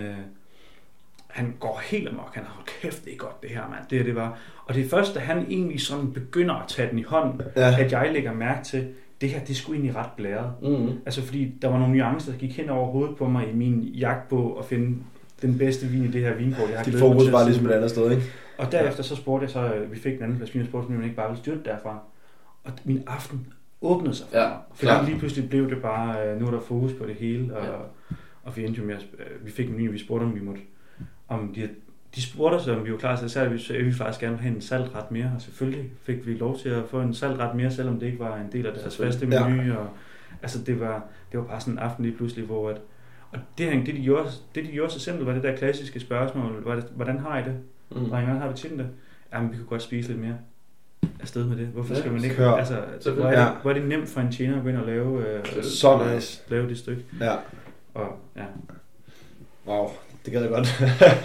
han går helt amok. Han har holdt kæft, det er godt det her, mand. Det var. Og det er først, da han egentlig sådan begynder at tage den i hånden, at jeg lægger mærke til, det her, det skulle egentlig ret blæret. Altså fordi der var nogle nuancer, der gik hen over hovedet på mig i min jagt på at finde den bedste vin i det her vinkort. Det fokus var ligesom et andet sted, ikke? Og derefter så spurgte jeg så, vi fik den anden flaske vin, og spurgte, om man ikke bare ville styrte derfra. Og min aften åbnede sig for mig. Fordi lige pludselig blev det bare, nu er der fokus på det hele, og vi endte jo med, vi fik en ny, og vi spurgte, om de spurgte os, om vi var klar til at så vi faktisk gerne have en saltret mere, og selvfølgelig fik vi lov til at få en saltret mere, selvom det ikke var en del af deres faste menu, og altså det var bare sådan en aften lige pludselig, hvor og det de gjorde så simpelt, var det der klassiske spørgsmål, hvordan har I det? Hvordan har du til det? Jamen, vi kunne godt spise lidt mere afsted med det. Hvorfor skal man ikke? Altså, hvor er det nemt for en tjener at gå ind og lave det stykke? Ja. Og ja. Wow, det gad jeg godt.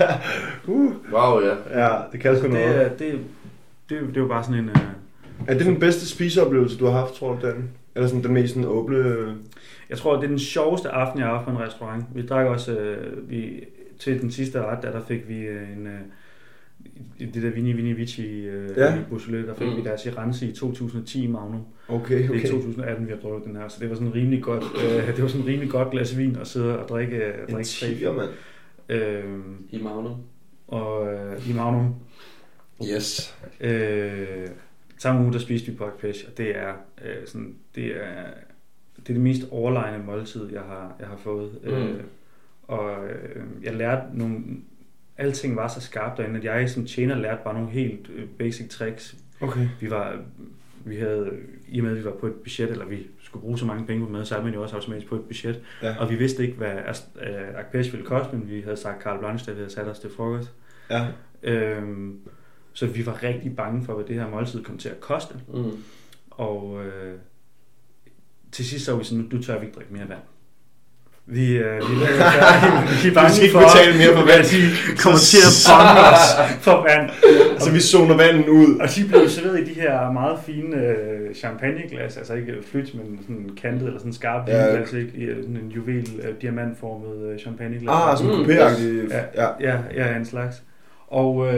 Wow, ja. Ja, det kan sgu noget. Det er jo bare sådan en... Er det den bedste spiseoplevelse, du har haft, tror du, den? Eller sådan den mest sådan åbne... Jeg tror, det er den sjoveste aften, jeg har haft på en restaurant. Vi drak også... til den sidste ret, der fik vi det der Vini Vici i Beausoleil, der fik vi deres Iranzi i 2010 Magnum. Okay. Det er i 2018, vi har drukket den her, så det var sådan rimelig godt. Det var sådan en rimelig godt glas vin at sidde og drikke. En tiger, mand. I Magnum. Og i Magnum. Yes. Samme uge, der spiste vi Pork Fish, og det er det mest overlegne måltid, jeg har fået. Og jeg lærte alting var så skarpt derinde, at jeg som tjener lærte bare nogle helt basic tricks. Okay. Vi havde, i og med at vi var på et budget, eller vi skulle bruge så mange penge på mad, så er man jo også automatisk på et budget. Ja. Og vi vidste ikke, hvad Arpège ville koste, men vi havde sagt Carte Blanche, da vi havde sat os til frokost. Ja. Så vi var rigtig bange for, hvad det her måltid kom til at koste. Og til sidst så var vi sådan, nu tør vi ikke drikke mere vand. Vi er bange for, at de kommer til at bonge os for vand. Altså vi zoner vandet ud. Og de blev serveret i de her meget fine champagneglas, altså ikke flyt, men sådan kantet eller sådan skarp vinglas, ikke? Sådan en juvel diamantformet champagneglas. Sådan coupé-agtigt. Ja, en slags. Og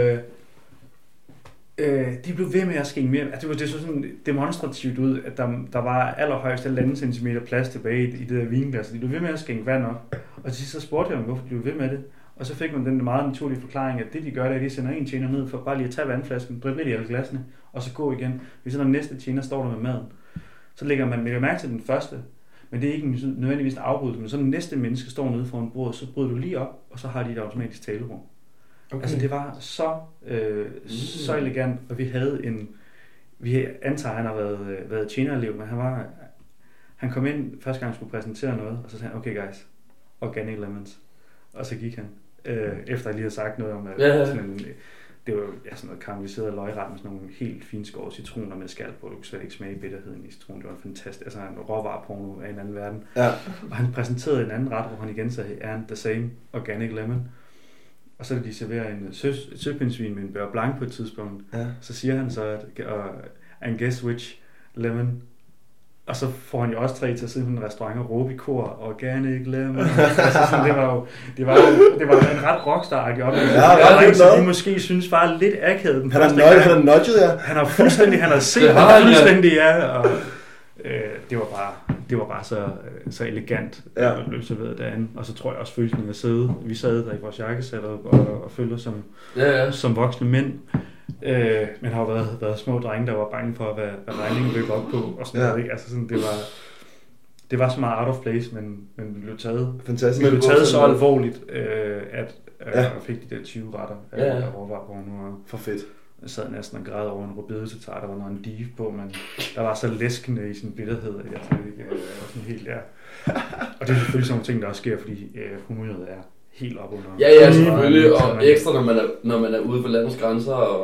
de blev ved med at skænke mere. Altså, det så sådan demonstrativt ud, at der var allerhøjst 1,5 centimeter plads tilbage i det der vinglas. De blev ved med at skænke vand op. Og til sidst så spurgte jeg dem, hvorfor de blev ved med det. Og så fik man den meget naturlige forklaring, at det de gør, det er, at de sender en tjener ned for bare lige at tage vandflasken, dryppe lidt i alle glasene, og så gå igen. Hvis så den næste tjener står der med maden, så lægger man mærke til den første. Men det er ikke nødvendigvis en afbrydelse, men så den næste menneske står nede foran bordet, så bryder du lige op, og så har de et automatisk talerum. Okay. Altså det var så elegant, og vi antager, han har været tjenerelev, men han kom ind første gang, han skulle præsentere noget, og så sagde han, okay guys, organic lemons, og så gik han, efter jeg lige havde sagt noget om, at det var sådan noget karamelliseret løgret med sådan nogle helt finskårede citroner med skal på, du kunne slet ikke smage bitterheden i citron, det var fantastisk, altså en råvareporno af en anden verden. Ja. Og han præsenterede en anden ret, hvor han igen sagde, and the same organic lemon. Og så de serverer en søpindsvin med en beurre blanc på et tidspunkt. Ja. Så siger han så, and guess which lemon. Og så får han jo også 3 til at sidde på en restaurant og råbe i kor, organic lemon. Altså sådan, det var en ret rockstar-agtig oplevelse. Så de måske synes bare lidt akavet den første gang. Han har nudget, ja. Han har fuldstændig, ja. Og det var bare så elegant, at blev serveret derinde. Og så tror jeg også følelsen at vi sad der i vores jakkesæt og følte som voksne mænd. Men har jo været små drenge, der var bange for, hvad regningen løb op på. Og sådan noget, ikke? Altså sådan, det var så meget out of place, men vi blev taget. Fantastisk. Men blev taget så alvorligt, at jeg fik de der 20 retter af råvareporno. For fedt. Jeg sad næsten og græd over en rødbedetatar, der var noget en div på, men der var så læskende i sin bitterhed, at jeg slet ikke var sådan helt, Og det er selvfølgelig sådan nogle ting, der også sker, fordi humøret er helt op under. Ja, selvfølgelig, og ekstra, når man er ude for landets grænser, og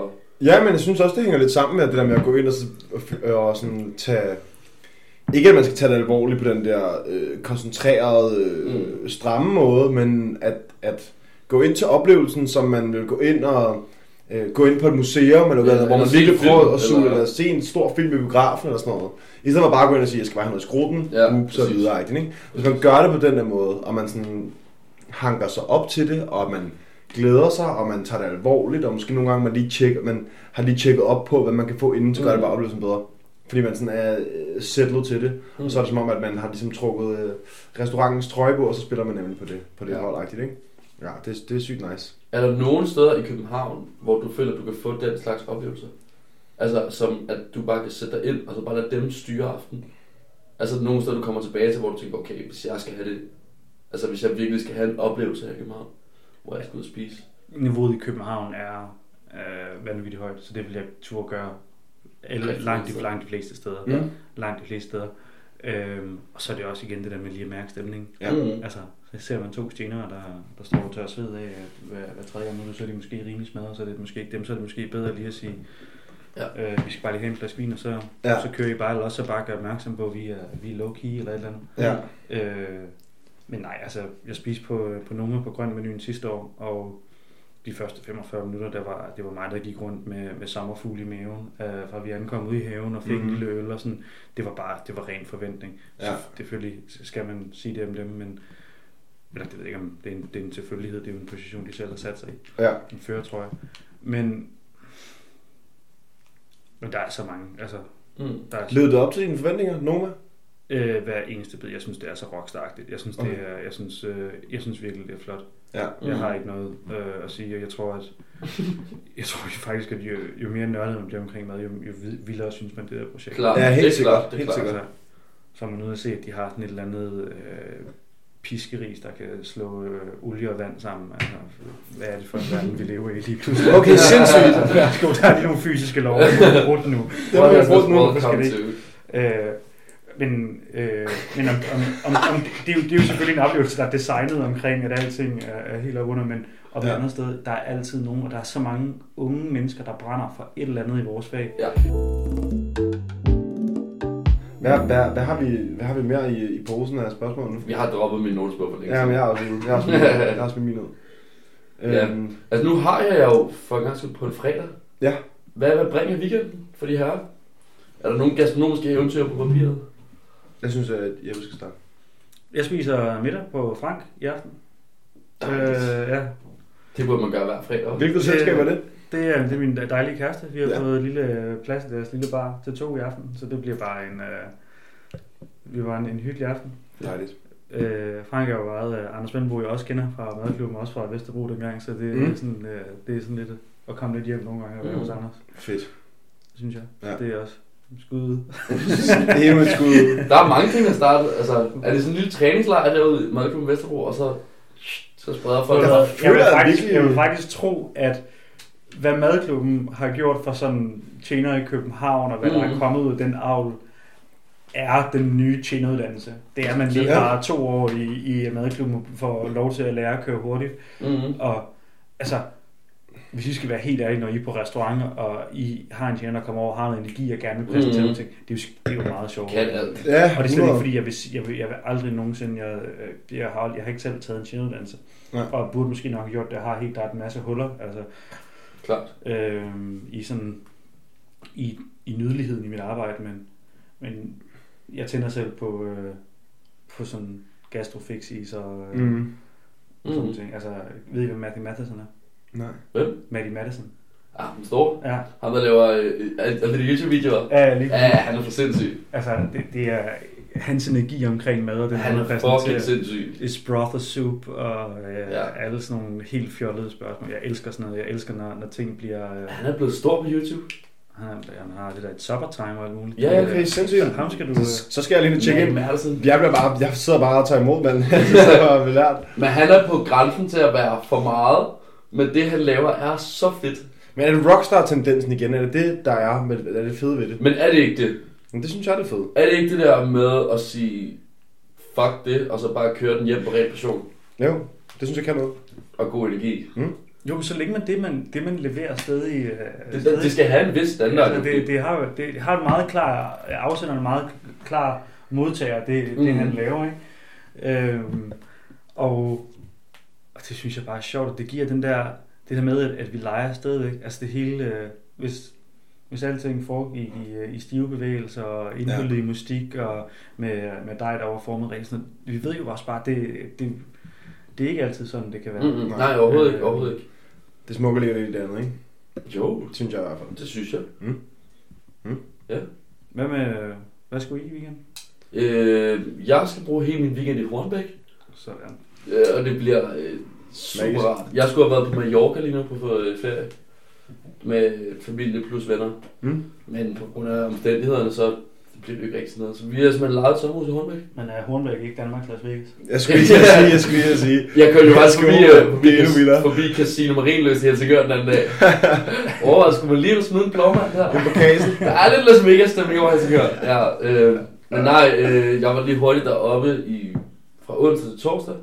Ja, men jeg synes også, det hænger lidt sammen med det der med at gå ind og sådan tage... Ikke at man skal tage det alvorligt på den der koncentrerede, stramme måde, men at gå ind til oplevelsen, som man vil gå ind og gå ind på et museum, eller hvor man virkelig prøver at se en stor film i biografen eller sådan noget. I stedet for bare at gå ind og sige, jeg skal bare have noget i skrutten, så videre, ikke? Hvis man gør det på den der måde, og man sådan hanker sig op til det, og man glæder sig, og man tager det alvorligt, og måske nogle gange man har lige tjekket op på, hvad man kan få inden, så gør det bare oplevelsen bedre. Fordi man sådan er settled til det, og så er det som om, at man har ligesom trukket restaurantens trøje på, og så spiller man nemlig på det holdagtigt, ikke? Ja, det er sygt nice. Er der nogen steder i København, hvor du føler, at du kan få den slags oplevelse? Altså, som at du bare kan sætte dig ind, og så bare lade dem styre aften? Altså, nogle steder, du kommer tilbage til, hvor du tænker, okay, hvis jeg skal have det... Altså, hvis jeg virkelig skal have en oplevelse her i København, hvor jeg skal ud og spise. Niveauet i København er vanvittigt højt, så det vil jeg turde gøre langt de fleste steder. Langt de fleste steder. Og så er det også igen det der med lige at mærke stemning. Altså, så ser man 2 stjenere, der står og tør sved af, at hver tredje gang nu, så er de måske rimelig smadret, så er det måske ikke dem, så er det måske bedre lige at sige, vi skal bare lige have en flaske vin, og så kører I bare, eller også så bare gøre opmærksom på, at vi er low-key eller et eller andet. Men nej, altså, jeg spiste på Noma på grøn menuen sidste år, og de første 45 minutter, det var mig, der gik rundt med sommerfugle i maven, fra vi ankom ud i haven og fik en lille øl og sådan. Det var ren forventning. Så selvfølgelig skal man sige det om dem, men eller det ved jeg ikke, om det er en selvfølgelighed, det er jo en position, de selv har sat sig i. En førertrøje. Men der er så mange, altså... Levede det op til dine forventninger, Noma? Hver eneste bid. Jeg synes, det er så rockstaragtigt. Jeg synes virkelig, det er flot. Jeg har ikke noget at sige, og jeg tror faktisk, at jo mere nørdet man bliver omkring mad, jo vildere synes man det der projekt. Klar. Ja, helt sikkert. Altså, så er man ude at se, at de har sådan et eller andet piskeris, der kan slå olie og vand sammen. Altså, hvad er det for en verden, vi lever i lige pludselig? Okay, sindssygt. Der er lige nogle fysiske lov, der er brudt nu. Det må jeg brugt nu. Men det er jo selvfølgelig en oplevelse, der er designet omkring, at alting er helt op under, men og på et andet sted, der er altid nogen, og der er så mange unge mennesker, der brænder for et eller andet i vores fag. Ja. Hvad har vi mere i posen af spørgsmål nu? Vi har droppet min notesbog for længe. Ja, men jeg har også min ud. Altså nu har jeg jo for en gang skyld på en fredag. Ja. Hvad bringer weekenden for de herrer? Er der nogle gastronomiske eventyr på papiret? Jeg synes, at Jeppe skal starte. Jeg spiser middag på Frank i aften. Det burde man gøre hver fredag. Hvilket selskab er det? Det er min dejlige kæreste. Vi har fået en lille plads i deres lille bar til 2 i aften, så det bliver bare en hyggelig aften. Dejligt. Frank er jo meget Anders Vendelbo, jeg også kender fra madklubben, også fra Vesterbro dengang, så det er sådan lidt at komme lidt hjem nogle gange og være hos Anders. Fedt. Det synes jeg. Ja. Det er også skud. Det er jo et skud. Der er mange ting at starte. Altså, er det sådan en lille træningslejr derude i madklubben Vesterbro, og så spreder folk... Jeg vil faktisk tro, at hvad madklubben har gjort for sådan tjenere i København, og hvad der er kommet ud af den avl, er den nye tjeneruddannelse. Det er, at man lige har 2 år i madklubben for lov til at lære at køre hurtigt. Og altså, hvis I skal være helt ærlige, når I er på restaurant, og I har en tjener, der kommer over og har noget energi og gerne vil præsentere nogle ting, det er jo meget sjovt. Kan alt. Ja, og det er slet ikke, fordi jeg vil aldrig nogensinde, jeg har ikke selv taget en tjeneruddannelse, og burde måske nok have gjort det. Jeg har helt klart en masse huller, altså klart. I nydeligheden i mit arbejde, men jeg tænder selv på sådan gastrofixis og sådan ting. Altså, ved I, hvad Matthew Matheson er? Nej. Hvem? Matthew Matheson. Den store? Ja. Ham, der laver YouTube-videoer? Ja, han er for sindssyg. Altså, det er hans energi omkring mad, og den han er fucking sindssyg. Is broth a soup, og alle sådan nogle helt fjollede spørgsmål. Jeg elsker sådan noget. Jeg elsker, når ting bliver... Han er blevet stor på YouTube. Han har det der et supper time og alt muligt. Ja, okay, sindssygt. Ham skal du... Så skal jeg lige tjekke ind. Jeg sidder bare og tager imod, mand. Det er bare belært. Men han er på grænsen til at være for meget, men det han laver er så fedt. Men er det rockstar-tendensen igen? Er det der er det fede ved det? Men er det ikke det? Men det synes jeg er det fede. Er det ikke det der med at sige fuck det, og så bare køre den hjem på ren passion? Jo, det synes jeg kan noget. Og god energi. Jo, så længe det man leverer stadig... Det skal have en vis standard. Altså, det har en meget klar... Afsenderen en meget klar modtager, det han laver, ikke? Og det synes jeg bare er sjovt, at det giver det der med, at vi leger stadigvæk. Altså det hele... Hvis alting foregik i stive bevægelser og indhyldet i mystik og med dig, der var formet rigtig. Vi ved jo også bare, det er ikke altid sådan, det kan være. Nej, overhovedet ikke. Det smukker ligger lidt i det andet, ikke? Jo. Det synes jeg i hvert fald. Det synes jeg. Ja. Hvad skal I weekend? Jeg skal bruge hele min weekend i Hornbæk. Sådan. Og det bliver super rart. Jeg skulle have været på Mallorca lige nu på ferie. Med familie plus venner. Men på grund af omstændighederne, så bliver det ikke rigtig noget. Så vi har simpelthen lejet et sommerhus i Hornbæk. Men er Hornbæk ikke Danmarks Las Vegas? Jeg skulle lige sige. Jeg kørte jo faktisk forbi Casino Marienlyst i Helsingør den anden dag. Skulle man lige smide en blåmand der? Der er lidt Las Vegas stemning over Helsingør. Ja, men nej, jeg var lige hurtigt deroppe fra onsdag til torsdag.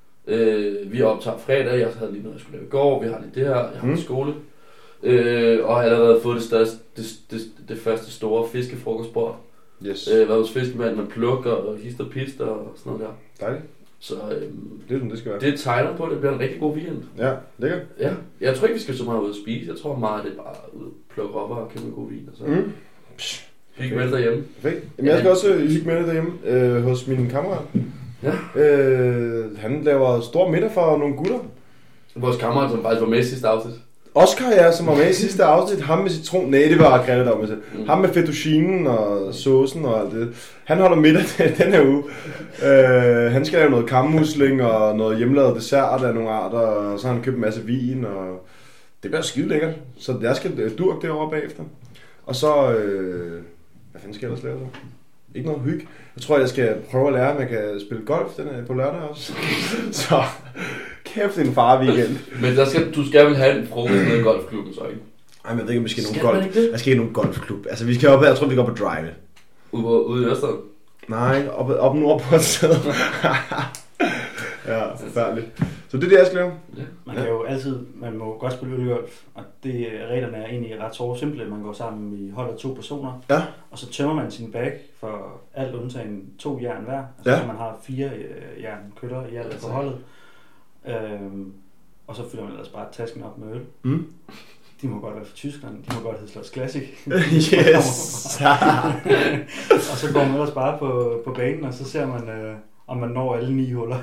Vi optager fredag, jeg havde lige noget, jeg skulle lave i går. Vi har lige det her, jeg har en skole. Og har allerede fået det første store fiskefrokostbord. Yes. Været hos fiskemand, man plukker og hister og pister og sådan noget der. Dejligt. Så det er som det skal være. Det tegner på, at det bliver en rigtig god weekend. Ja, lækkert. Ja, jeg tror ikke, vi skal så meget ud at spise. Jeg tror meget, det er bare ud at plukke ropper og købe en god vin. Og så hygge med det derhjemme. Perfekt. Jamen, jeg skal også hygge med det derhjemme hos min kammerat. Ja. Han laver stor middag for nogle gutter. Vores kammerat, som faktisk var med i sidste afsnit. Oscar, ja, som var med i sidste afsnit. Ham med citron. Nej, det var Grete, der var med til. Ham med fettuccinen og saucen og alt det. Han holder middag den her uge. Han skal lave noget kammusling og noget hjemmelavet dessert af nogle arter. Og så har han købt en masse vin. Og det bliver skide lækkert. Så jeg skal durke derovre bagefter. Og så... hvad fanden skal jeg ellers lave så? Ikke noget hygge. Jeg tror, jeg skal prøve at lære, at man kan spille golf på lørdag også. Så... Kæft en far-weekend. Men du skal vel have en frokost med i golfklubben, så ikke? Nej, men jeg ved ikke, om vi skal i nogen golfklub. Altså, vi skal op, jeg tror, vi går på drive. Ude i Ørsted? Nej, op nordpå et sted. Ja, forfærdeligt. Så det er det, jeg skal lave. Ja. Man må godt spille ølgolf, og reglerne er egentlig ret så simple. Man går sammen i hold af 2 personer, og så tømmer man sin bag for alt undtagen 2 jern hver. Altså, så man har 4 jernkøller i alt på holdet. Og så fylder man ellers bare tasken op med øl. De må godt være fra Tyskland. De må godt hedde Slots Classic. Yes! Og så går man ellers bare på banen, og så ser man, om man når alle 9 huller.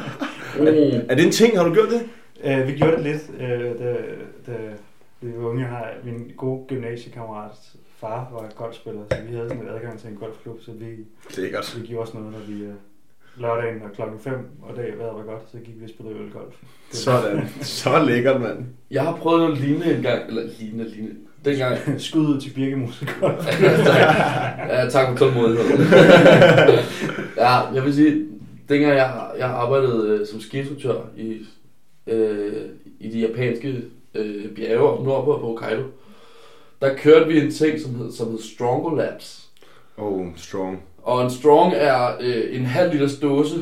Er det en ting? Har du gjort det? Vi gjorde det lidt. Da vi var unge, har min gode gymnasiekammerats far var golfspiller, så vi havde sådan en adgang til en golfklub, så vi gjorde også noget, når vi... lørdagen og klokken 5, og vejret var godt, så gik vi og spillede ølgolf. Sådan. Så lækkert, mand. Jeg har prøvet noget lignende en gang, eller lignende. Dengang. Skud ud til Birkemose Golf. Ja, tak for tålmodighed. Ja, jeg vil sige, dengang jeg arbejdede som skiinstruktør i de japanske bjerge op nordpå på Hokkaido, der kørte vi en ting, som hed Strongo Labs. Strong. Og en Strong er en halv liters dåse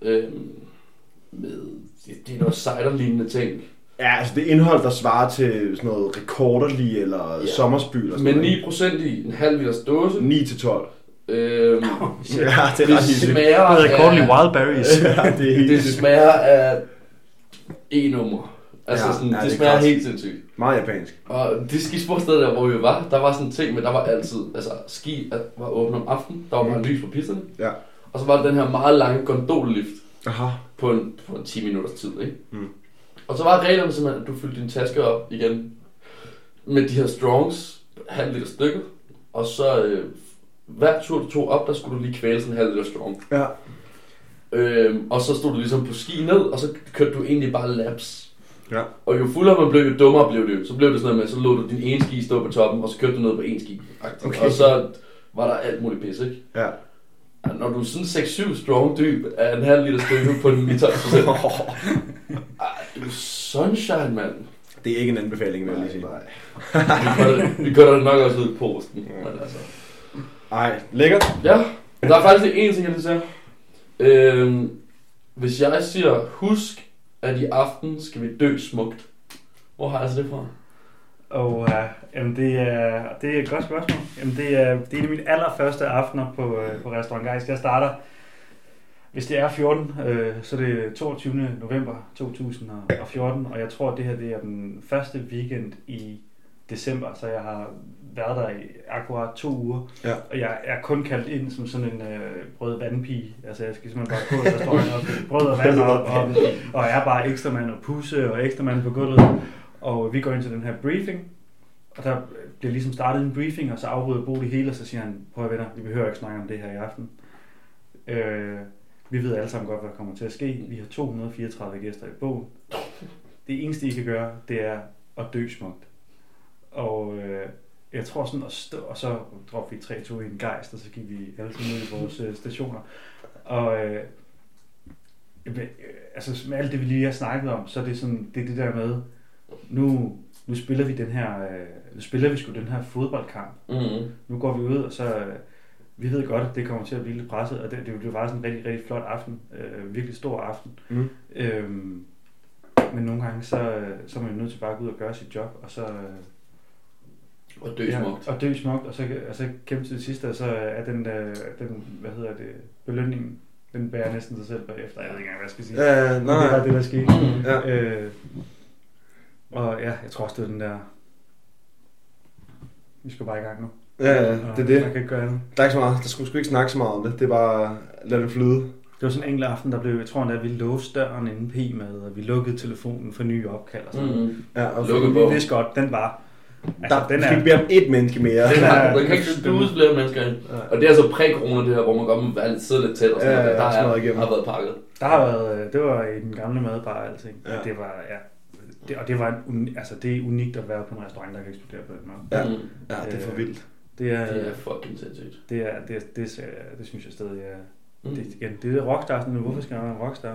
med, det er noget cider-lignende ting. Ja, altså det indhold, der svarer til sådan noget rekorderlig eller sommersbyl. Med 9% i en halv liters dåse. 9-12. Ja, det er ret smager af rekorderlig wildberries. Ja, det smager af E-nummer. Altså det smager helt sindssygt. Meget japansk. Og det skisportsted der, hvor vi var, der var sådan en ting, men der var altid, altså ski var åbent om aftenen, der var bare lys på pisterne. Ja. Og så var der den her meget lange gondollift. Aha. På en 10 minutters tid, ikke? Og så var reglerne simpelthen, at du fyldte din taske op igen med de her Strongs, halv liter stykker, og så hver tur du tog op, der skulle du lige kvæle sådan en halv liter Strong. Ja. Og så stod du ligesom på ski ned, og så kørte du egentlig bare laps. Ja. Og jo fuldere man blev, jo dummere blev det. Så blev det sådan noget med, så lod du din ene ski stå på toppen, og så kørte du ned på en ski. Okay. Og så var der alt muligt pis, ikke? Ja. Når du er sådan 6-7 Strong dyb af en halv liter stykke på den 12%. Det er sunshine, mand. Det er ikke en anbefaling, vil jeg lige sige. Nej. Vi kører det nok også ud på posten. Men altså. Ej, lækkert. Ja, der er faktisk en ting, jeg vil sige. Hvis jeg siger, husk, at i aften skal vi dø smukt, Hvor har jeg altså det fra? Og jamen det er et godt spørgsmål. Jamen det er en af mine allerførste aftener på Restaurant Geist. Jeg starter, hvis det er 14, så det er 22. november 2014, og jeg tror, at det her det er den første weekend i december, så jeg har været der i akkurat 2 uger, ja. Og jeg er kun kaldt ind som sådan en brød vandpige. Altså jeg skal simpelthen bare gå til restauranten og brød og vand op, og jeg er bare ekstra mand og pusse og ekstra mand på gulvet. Og vi går ind til den her briefing, og der bliver ligesom startet en briefing, og så afbryder Bo det hele, og så siger han, prøv at venner, vi behøver ikke snakke om det her i aften. Vi ved alle sammen godt, hvad der kommer til at ske. Vi har 234 gæster i bogen. Det eneste, I kan gøre, det er at dø smukt. Og jeg tror sådan at stå, og så dropper vi 3-2 i en gejst, og så gik vi alle sammen ud i vores stationer. Og altså med alt det, vi lige har snakket om, så er det sådan, det der med, nu spiller vi sgu den her fodboldkamp. Mm-hmm. Nu går vi ud, og så vi ved godt, at det kommer til at blive lidt presset, og det bliver faktisk en rigtig, rigtig flot aften. Virkelig stor aften. Mm. Men nogle gange, så er man nødt til bare at gå ud og gøre sit job, og så og dø smukt. Og dø smukt, og så kæmpe til det sidste, og så er den belønningen, den bærer næsten sig selv bagefter. Jeg ved ikke engang, hvad jeg skal sige. Det var det, der skete. Og ja, jeg tror også, det er den der, vi skal bare i gang nu. Ja, det er det. Man kan ikke gøre andet. Der er ikke så meget, der skulle sgu ikke snakke så meget om det. Det er bare, lad det flyde. Det var sådan en enkelt aften, der blev, jeg tror endda, vi låste døren inden P-mad, og vi lukkede telefonen for nye opkald og sådan noget. Ja, og vi vidste godt, den var. Altså, der skal ikke mere om et menneske mere. Der kan ikke stues flere mennesker ind. Og det er altså præ-corona det her, hvor man godt må sidde lidt tæt og sådan noget. Der har været pakket. Det var i den gamle madbar og alting. Ja. Det var, det er unikt at være på en restaurant, der kan eksplodere på den måde. Ja, det er for vildt. Det er fucking sindssygt. Det synes jeg stadig er. Det er rockstar, men hvorfor skal man være en rockstar?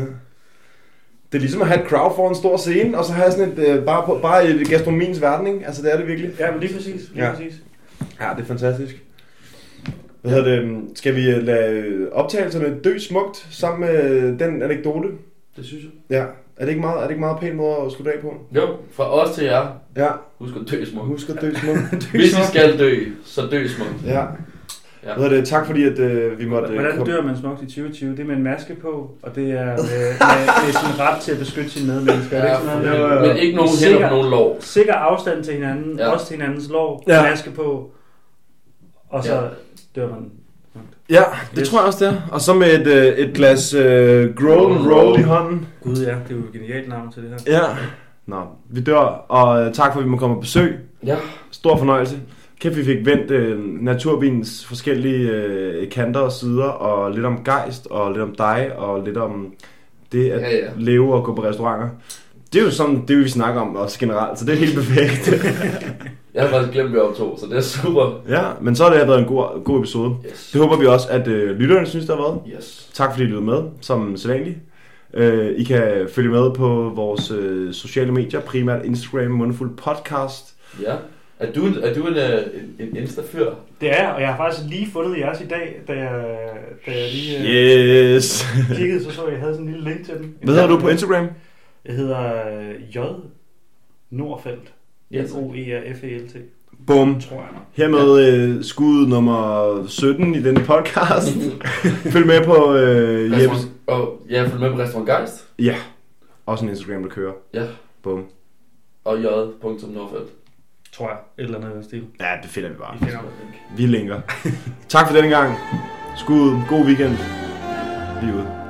Det er ligesom at have et crowd for en stor scene, og så have sådan et, bare i gastronomiens verden, ikke? Altså det er det virkelig. Ja, men lige præcis. Ja, det er fantastisk. Hvad hedder det? Skal vi lade optagelserne dø smukt sammen med den anekdote? Det synes jeg. Ja. Er det ikke meget pæn måde at slutte af på? Jo, fra os til jer. Ja. Husk at dø smukt. Hvis I skal dø, så dø smukt. Ja. Hvad hedder det? Tak fordi at vi måtte. Hvordan dør man smukt i 2020? Det er med en maske på, og det er med sin ret til at beskytte sine medmennesker. Ja, men ikke nogen hænder på nogen lov. Sikker afstand til hinanden, også til hinandens lov, maske på, og så dør man. Ja, det tror jeg også det er. Og så med et glas Grow and Roll i hånden. Gud ja, det er jo et genialt navn til det her. Ja. Nå, vi dør, og tak for at vi må komme på besøg. Ja. Stor fornøjelse. Kæft, vi fik vendt naturvins forskellige kanter og sider, og lidt om gejst, og lidt om dig, og lidt om det at leve og gå på restauranter. Det er jo sådan, det vi snakker om også generelt, så det er helt perfekt. Jeg har faktisk glemt, at vi optog, så det er super. Ja, men så har det været en god episode. Yes. Det håber vi også, at lytterne synes, det har været. Yes. Tak fordi I lyttede med, som sædvanligt. I kan følge med på vores sociale medier, primært Instagram, Mundfuld Podcast. Ja. Er du en Insta-fyr? Det er, og jeg har faktisk lige fundet jeres i dag, da jeg lige kiggede, så jeg havde sådan en lille link til den. Hvad hedder du på Instagram? Jeg hedder J. Nordfeldt. Noerfelt. Bum. Hermed skud nummer 17 i denne podcast. Følg med på Jeppes. Følg med på Restaurant Geist. Ja. Også en Instagram, der kører. Ja. Bum. Og j.nordfeldt. Tror jeg. Et eller andet stil. Ja, det finder vi bare. Vi linker. Tak for denne gang. Skud. God weekend. Vi er ude.